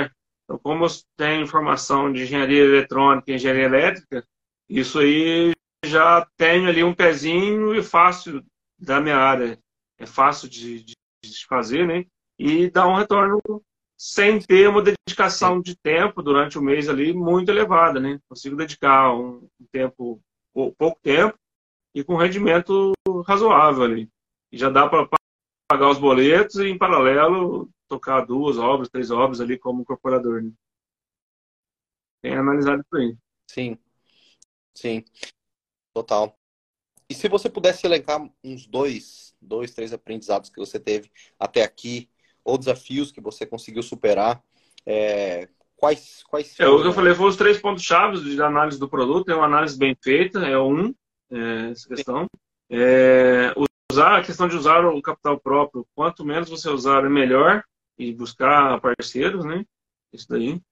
Então, como eu tenho formação de engenharia eletrônica e engenharia elétrica, isso aí já tenho ali um pezinho e fácil da minha área. É fácil de, de, de fazer, né? E dá um retorno sem ter uma Sim. dedicação de tempo durante o mês ali muito elevada, né? Consigo dedicar um tempo, pouco tempo, e com rendimento razoável ali. E já dá para pagar os boletos e, em paralelo, tocar duas obras, três obras ali como incorporador, né? Tem analisado isso aí. Sim, sim, total. E se você pudesse elencar uns dois, dois, três aprendizados que você teve até aqui, ou desafios que você conseguiu superar, é, quais, quais É, o que eu foram falei aí? foram os três pontos chaves de análise do produto. É uma análise bem feita, é um, é, essa Sim, questão. É, usar, a questão de usar o capital próprio. Quanto menos você usar, é melhor. E buscar parceiros, né? Isso daí.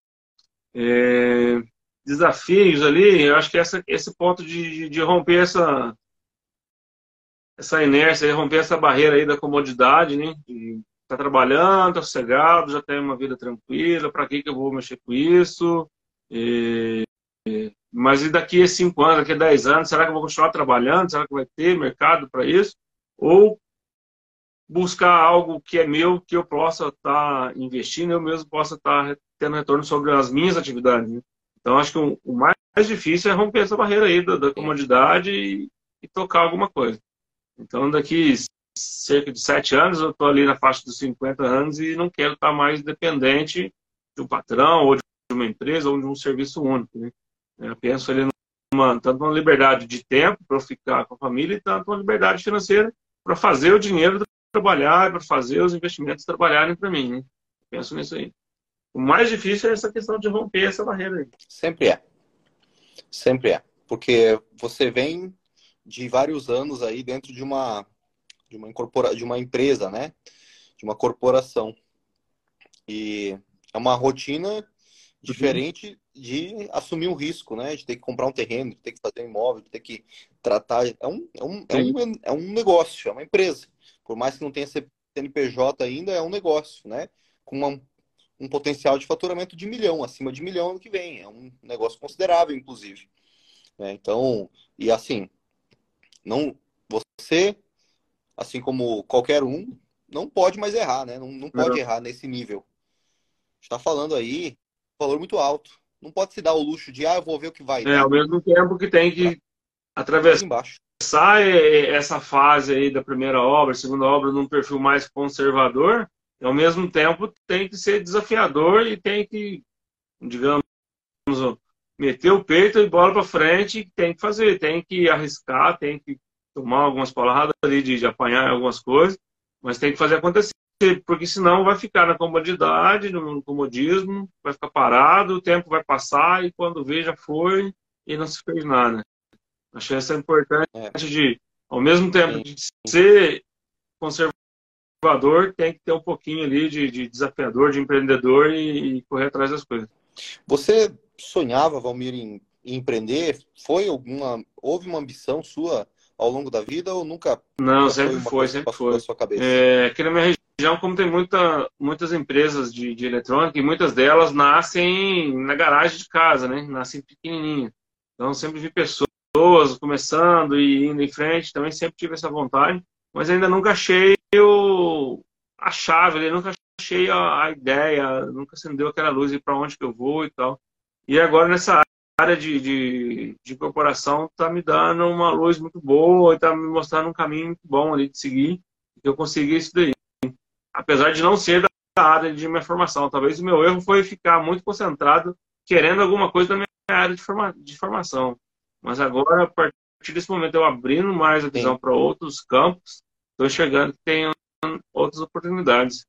É, desafios ali, eu acho que essa, esse ponto de, de romper essa, essa inércia, romper essa barreira aí da comodidade, né? De tá trabalhando, tá sossegado, já tem uma vida tranquila, para que que eu vou mexer com isso? E, mas e daqui a cinco anos, daqui a dez anos, será que eu vou continuar trabalhando? Será que vai ter mercado para isso? Ou buscar algo que é meu, que eu possa estar investindo, eu mesmo possa estar tendo retorno sobre as minhas atividades, né? Então, acho que o, o mais difícil é romper essa barreira aí da, da sim, comodidade e, e tocar alguma coisa. Então, daqui cerca de sete anos, eu estou ali na faixa dos cinquenta anos e não quero estar mais dependente de um patrão, ou de uma empresa, ou de um serviço único, né? Eu penso ali numa, tanto uma liberdade de tempo para eu ficar com a família, e tanto uma liberdade financeira para fazer o dinheiro trabalhar, para fazer os investimentos trabalharem para mim, né? Penso nisso aí. O mais difícil é essa questão de romper essa barreira aí. sempre é, sempre é. Porque você vem de vários anos aí dentro de uma, de uma, incorpora, de uma empresa, né? De uma corporação. E é uma rotina Uhum. diferente de assumir um risco, né? De ter que comprar um terreno, de ter que fazer um imóvel, de ter que tratar. É um, é um, é Sim, um, é um negócio, é uma empresa. Por mais que não tenha C N P J ainda, é um negócio, né? Com uma, um potencial de faturamento de milhão, acima de milhão ano que vem. É um negócio considerável, inclusive. Né? Então, e assim, não, você, assim como qualquer um, não pode mais errar, né? Não, não pode não. errar nesse nível. Está falando aí um valor muito alto. Não pode se dar o luxo de, ah, eu vou ver o que vai É, ao dar mesmo tempo que tem para que mais atravessar embaixo. essa fase aí da primeira obra, segunda obra, num perfil mais conservador, e ao mesmo tempo tem que ser desafiador e tem que, digamos, meter o peito e bola para frente, tem que fazer, tem que arriscar, tem que tomar algumas pauladas ali de, de apanhar algumas coisas, mas tem que fazer acontecer, porque senão vai ficar na comodidade, no comodismo, vai ficar parado, o tempo vai passar e quando vê já foi e não se fez nada. Achei essa importante É, de, ao mesmo tempo sim. de ser conservador, tem que ter um pouquinho ali de, de desafiador, de empreendedor e, e correr atrás das coisas. Você sonhava, Valmir, em, em empreender? Foi alguma, houve uma ambição sua ao longo da vida ou nunca, Não, nunca foi sempre uma foi, coisa que sempre passou pela foi. sua cabeça? É, aqui na minha região, como tem muita, muitas empresas de, de eletrônica, e muitas delas nascem na garagem de casa, né? Nascem pequenininhas. Então, sempre vi pessoas começando e indo em frente, também sempre tive essa vontade, mas ainda nunca achei o, a chave, né? Nunca achei a, a ideia, nunca acendeu aquela luz para onde que eu vou e tal. E agora, nessa área de, de, de corporação está me dando uma luz muito boa e está me mostrando um caminho muito bom ali de seguir, que eu consegui isso daí. Apesar de não ser da área de minha formação, talvez o meu erro foi ficar muito concentrado querendo alguma coisa da minha área de, forma, de formação. Mas agora, a partir desse momento, eu abrindo mais a Sim, visão para outros campos, estou enxergando que tem outras oportunidades.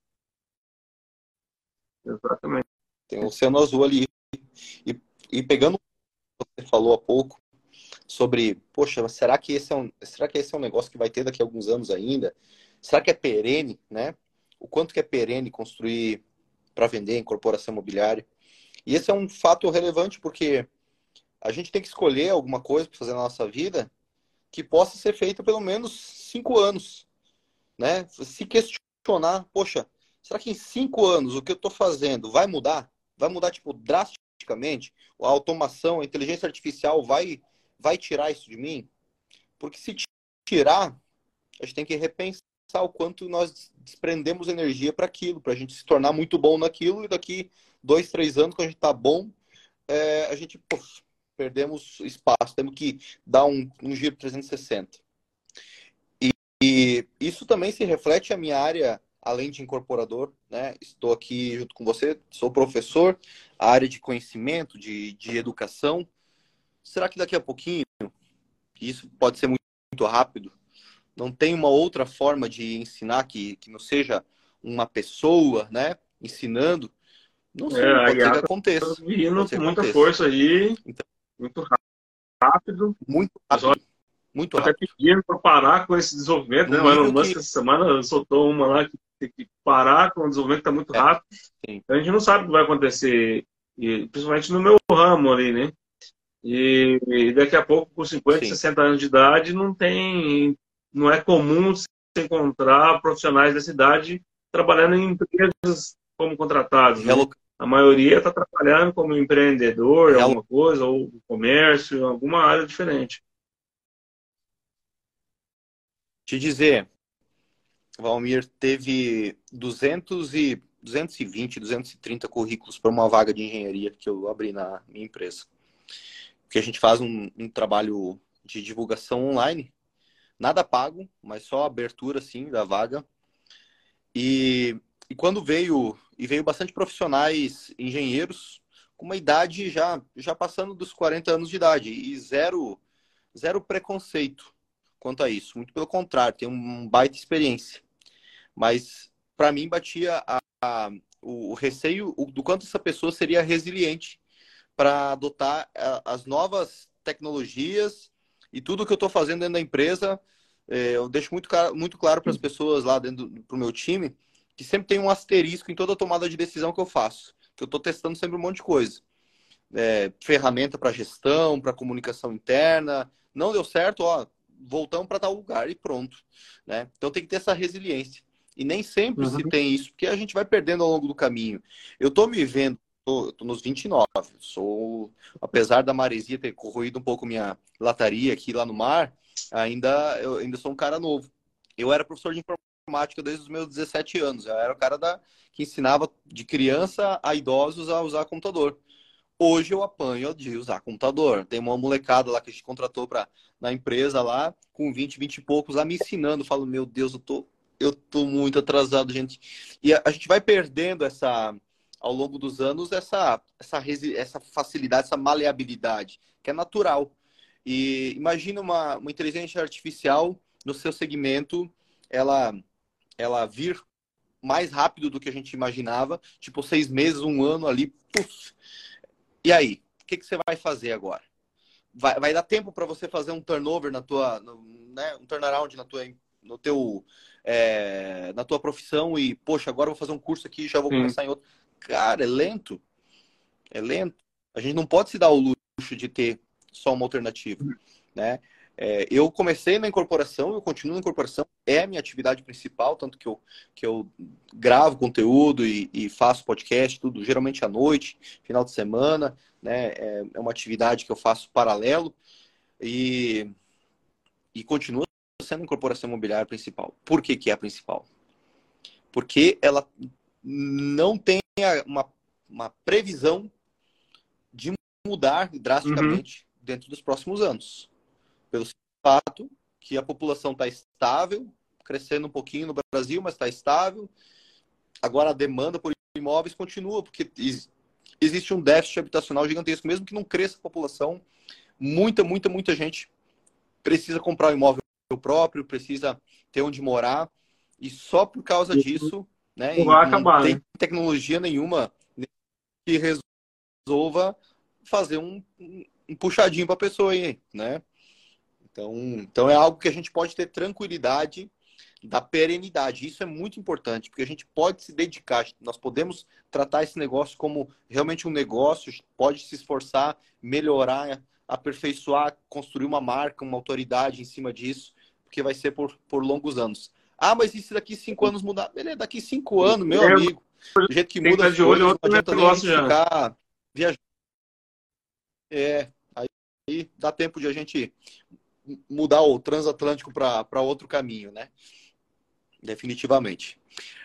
Exatamente. tem o Oceano Azul ali. E, e pegando o que você falou há pouco sobre, poxa, mas será que esse é um, será que esse é um negócio que vai ter daqui a alguns anos ainda? Será que é perene, né? O quanto que é perene construir para vender em corporação imobiliária? E esse é um fato relevante porque a gente tem que escolher alguma coisa para fazer na nossa vida que possa ser feita pelo menos cinco anos, né? Se questionar, poxa, será que em cinco anos o que eu estou fazendo vai mudar? vai mudar, tipo, drasticamente? A automação, a inteligência artificial vai, vai tirar isso de mim? Porque se tirar, a gente tem que repensar o quanto nós desprendemos energia para aquilo, para a gente se tornar muito bom naquilo, e daqui dois, três anos, quando a gente tá bom, é, a gente, pô, perdemos espaço, temos que dar um, um giro trezentos e sessenta. E, e isso também se reflete a minha área, além de incorporador, né? Estou aqui junto com você, sou professor, a área de conhecimento, de, de educação. Será que daqui a pouquinho, isso pode ser muito, muito rápido, não tem uma outra forma de ensinar que, que não seja uma pessoa, né, ensinando? Não É, sei, a pode ser que I A tá aconteça. vindo Pode ser com que muita aconteça. força aí, Então, muito rápido. muito O pessoal rápido. Muito até rápido. pedindo para parar com esse desenvolvimento, No né? O Elon nível Musk que... essa semana soltou uma lá que tem que parar com o desenvolvimento que está muito É, rápido. sim. Então a gente não sabe o que vai acontecer, e, principalmente no meu ramo ali, né? E, e daqui a pouco, com cinquenta, Sim. sessenta anos de idade, não tem, não é comum se encontrar profissionais dessa idade trabalhando em empresas como contratados, né? Realoc... A maioria está trabalhando como empreendedor, em Realoc... alguma coisa, ou comércio, em alguma área diferente. Te dizer, Valmir teve duzentos e, duzentos e vinte, duzentos e trinta currículos para uma vaga de engenharia que eu abri na minha empresa. Porque a gente faz um, um trabalho de divulgação online, nada pago, mas só a abertura assim da vaga. E, e quando veio, e veio bastante profissionais engenheiros com uma idade já, já passando dos quarenta anos de idade e zero, zero preconceito quanto a isso. Muito pelo contrário, tem um baita experiência. Mas para mim batia a, a, o, o receio do quanto essa pessoa seria resiliente para adotar a, as novas tecnologias e tudo que eu estou fazendo dentro da empresa. É, eu deixo muito, muito claro para as pessoas lá dentro do meu time que sempre tem um asterisco em toda tomada de decisão que eu faço, que eu estou testando sempre um monte de coisa. É, ferramenta para gestão, para comunicação interna. Não deu certo, ó, voltamos para tal lugar e pronto. Né? Então tem que ter essa resiliência. E nem sempre Uhum. se tem isso, porque a gente vai perdendo ao longo do caminho. Eu estou me vendo, eu estou nos vinte e nove, sou, apesar da maresia ter corroído um pouco minha lataria aqui lá no mar, ainda, eu ainda sou um cara novo. Eu era professor de informática desde os meus dezessete anos, eu era o cara da, que ensinava de criança a idosos a usar computador. Hoje eu apanho de usar computador. Tem uma molecada lá que a gente contratou pra, na empresa lá, com vinte, vinte e poucos, lá me ensinando. Eu falo, meu Deus, eu tô, eu tô muito atrasado, gente. E a, a gente vai perdendo essa, ao longo dos anos, essa, essa, resi, essa facilidade, essa maleabilidade, que é natural. E imagina uma, uma inteligência artificial no seu segmento, ela, ela vir mais rápido do que a gente imaginava, tipo seis meses, um ano ali, puf. E aí, o que, que você vai fazer agora? Vai, vai dar tempo para você fazer um turnover na tua, no, né, um turnaround na tua, no teu, é, na tua profissão e, poxa, agora eu vou fazer um curso aqui e já vou Sim. começar em outro. Cara, é lento. É lento. A gente não pode se dar o luxo de ter só uma alternativa, né? É, eu comecei na incorporação, eu continuo na incorporação, é a minha atividade principal, tanto que eu, que eu gravo conteúdo e, e faço podcast, tudo, geralmente à noite, final de semana, né? É, é uma atividade que eu faço paralelo e, e continua sendo a incorporação imobiliária principal. Por que que é a principal? Porque ela não tem uma, uma previsão de mudar Uhum. drasticamente dentro dos próximos anos. Pelo fato que a população está estável, crescendo um pouquinho no Brasil, mas está estável. Agora a demanda por imóveis continua, porque existe um déficit habitacional gigantesco, mesmo que não cresça a população, muita, muita, muita gente precisa comprar um imóvel próprio, precisa ter onde morar, e só por causa disso, né, Não e vai não acabar, tem né? tecnologia nenhuma que resolva fazer um, um puxadinho para a pessoa aí, né? Então, então é algo que a gente pode ter tranquilidade da perenidade. Isso é muito importante, porque a gente pode se dedicar, nós podemos tratar esse negócio como realmente um negócio, pode se esforçar, melhorar, aperfeiçoar, construir uma marca, uma autoridade em cima disso, porque vai ser por, por longos anos. Ah, mas e se daqui cinco anos mudar? Beleza, daqui cinco anos, meu amigo, Do jeito que Tem que muda estar as de olho em coisas, não outro adianta nem a gente negócio já. ficar viajando. É, aí dá tempo de a gente mudar o transatlântico para outro caminho, né? Definitivamente.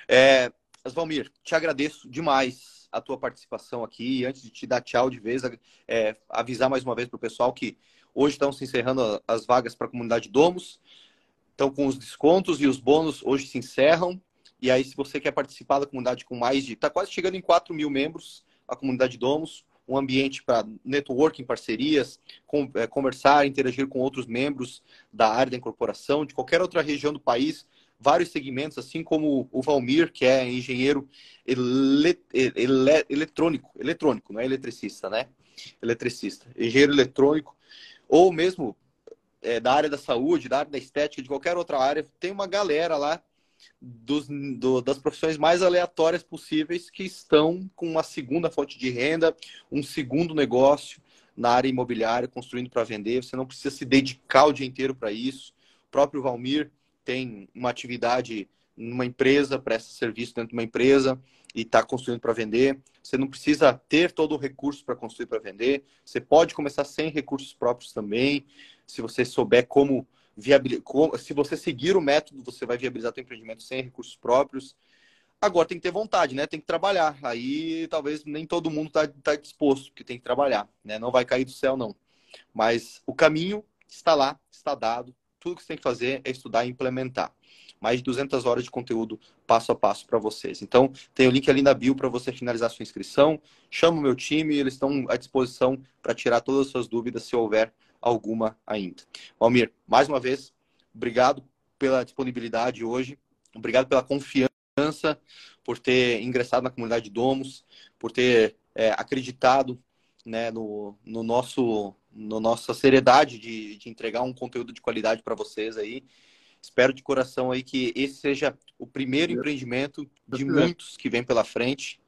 É, Valmir, te agradeço demais a tua participação aqui. Antes de te dar tchau de vez, é, avisar mais uma vez para o pessoal que hoje estão se encerrando as vagas para a comunidade Domus. Então, com os descontos e os bônus, hoje se encerram. E aí, se você quer participar da comunidade com mais de... Está quase chegando em quatro mil membros, a comunidade Domus. Um ambiente para networking, parcerias, com, é, conversar, interagir com outros membros da área da incorporação, de qualquer outra região do país, vários segmentos, assim como o Valmir, que é engenheiro ele, ele, eletrônico, eletrônico, não é eletricista, né? Eletricista, engenheiro eletrônico, ou mesmo é, da área da saúde, da área da estética, de qualquer outra área, tem uma galera lá Dos, do, das profissões mais aleatórias possíveis que estão com uma segunda fonte de renda, um segundo negócio na área imobiliária, construindo para vender. Você não precisa se dedicar o dia inteiro para isso. O próprio Valmir tem uma atividade numa empresa, presta serviço dentro de uma empresa e está construindo para vender. Você não precisa ter todo o recurso para construir para vender. Você pode começar sem recursos próprios também, se você souber como viabilizar. Se você seguir o método, você vai viabilizar seu empreendimento sem recursos próprios. Agora tem que ter vontade, né? Tem que trabalhar. Aí talvez nem todo mundo está tá disposto, porque tem que trabalhar, né? Não vai cair do céu, não. Mas o caminho está lá, está dado. Tudo que você tem que fazer é estudar e implementar. Mais de duzentas horas de conteúdo passo a passo para vocês. Então, tem o link ali na bio para você finalizar sua inscrição. Chama o meu time, eles estão à disposição para tirar todas as suas dúvidas, se houver alguma ainda. Valmir, mais uma vez, obrigado pela disponibilidade hoje. Obrigado pela confiança, por ter ingressado na comunidade Domus, por ter é, acreditado, né, no, no nosso, no nossa seriedade de, de entregar um conteúdo de qualidade para vocês aí. Espero de coração aí que esse seja o primeiro empreendimento de muitos que vem pela frente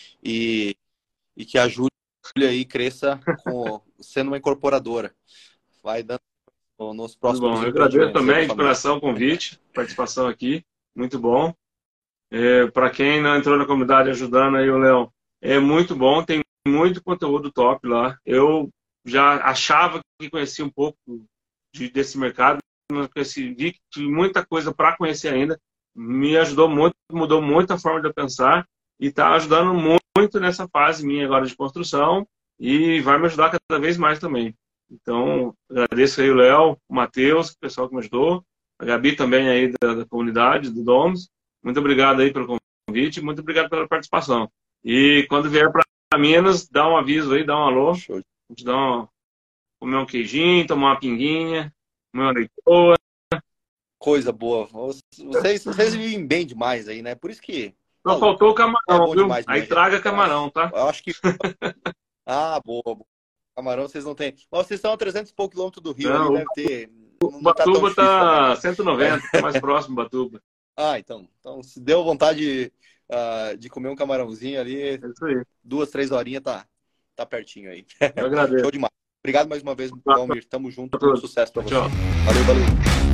e, e que a Júlia aí cresça com, sendo uma incorporadora. Vai dando nos próximos Muito bom. Eu agradeço também de coração o convite, participação aqui. Muito bom. É, para quem não entrou na comunidade ajudando aí o Leão, é muito bom, tem muito conteúdo top lá. Eu já achava que conhecia um pouco de, desse mercado, mas conheci, vi que tinha muita coisa para conhecer ainda. Me ajudou muito, mudou muito a forma de eu pensar e está ajudando muito nessa fase minha agora de construção e vai me ajudar cada vez mais também. Então, agradeço aí o Léo, o Matheus, o pessoal que me ajudou, a Gabi também aí da, da comunidade, do Domus. Muito obrigado aí pelo convite, muito obrigado pela participação. E quando vier para Minas, dá um aviso aí, dá um alô. Show. A gente dá um, comer um queijinho, tomar uma pinguinha, comer uma leitoa. Coisa boa. Vocês, vocês vivem bem demais aí, né? Por isso que... Só faltou o camarão, é bom viu? demais, Aí gente. traga camarão, tá? Eu acho que... Ah, boa, boa. Camarão vocês não têm. Mas vocês estão a trezentos e poucos quilômetros do Rio, Não, ali deve ter... O Batuba está cento e noventa, tá mais próximo do Batuba. Ah, então. Então, se deu vontade uh, de comer um camarãozinho ali, é isso aí. Duas, três horinhas tá, tá pertinho aí. Eu agradeço. Show demais. Obrigado mais uma vez, Valmir. Tamo junto. Muito sucesso pra você. Tchau. Valeu, valeu.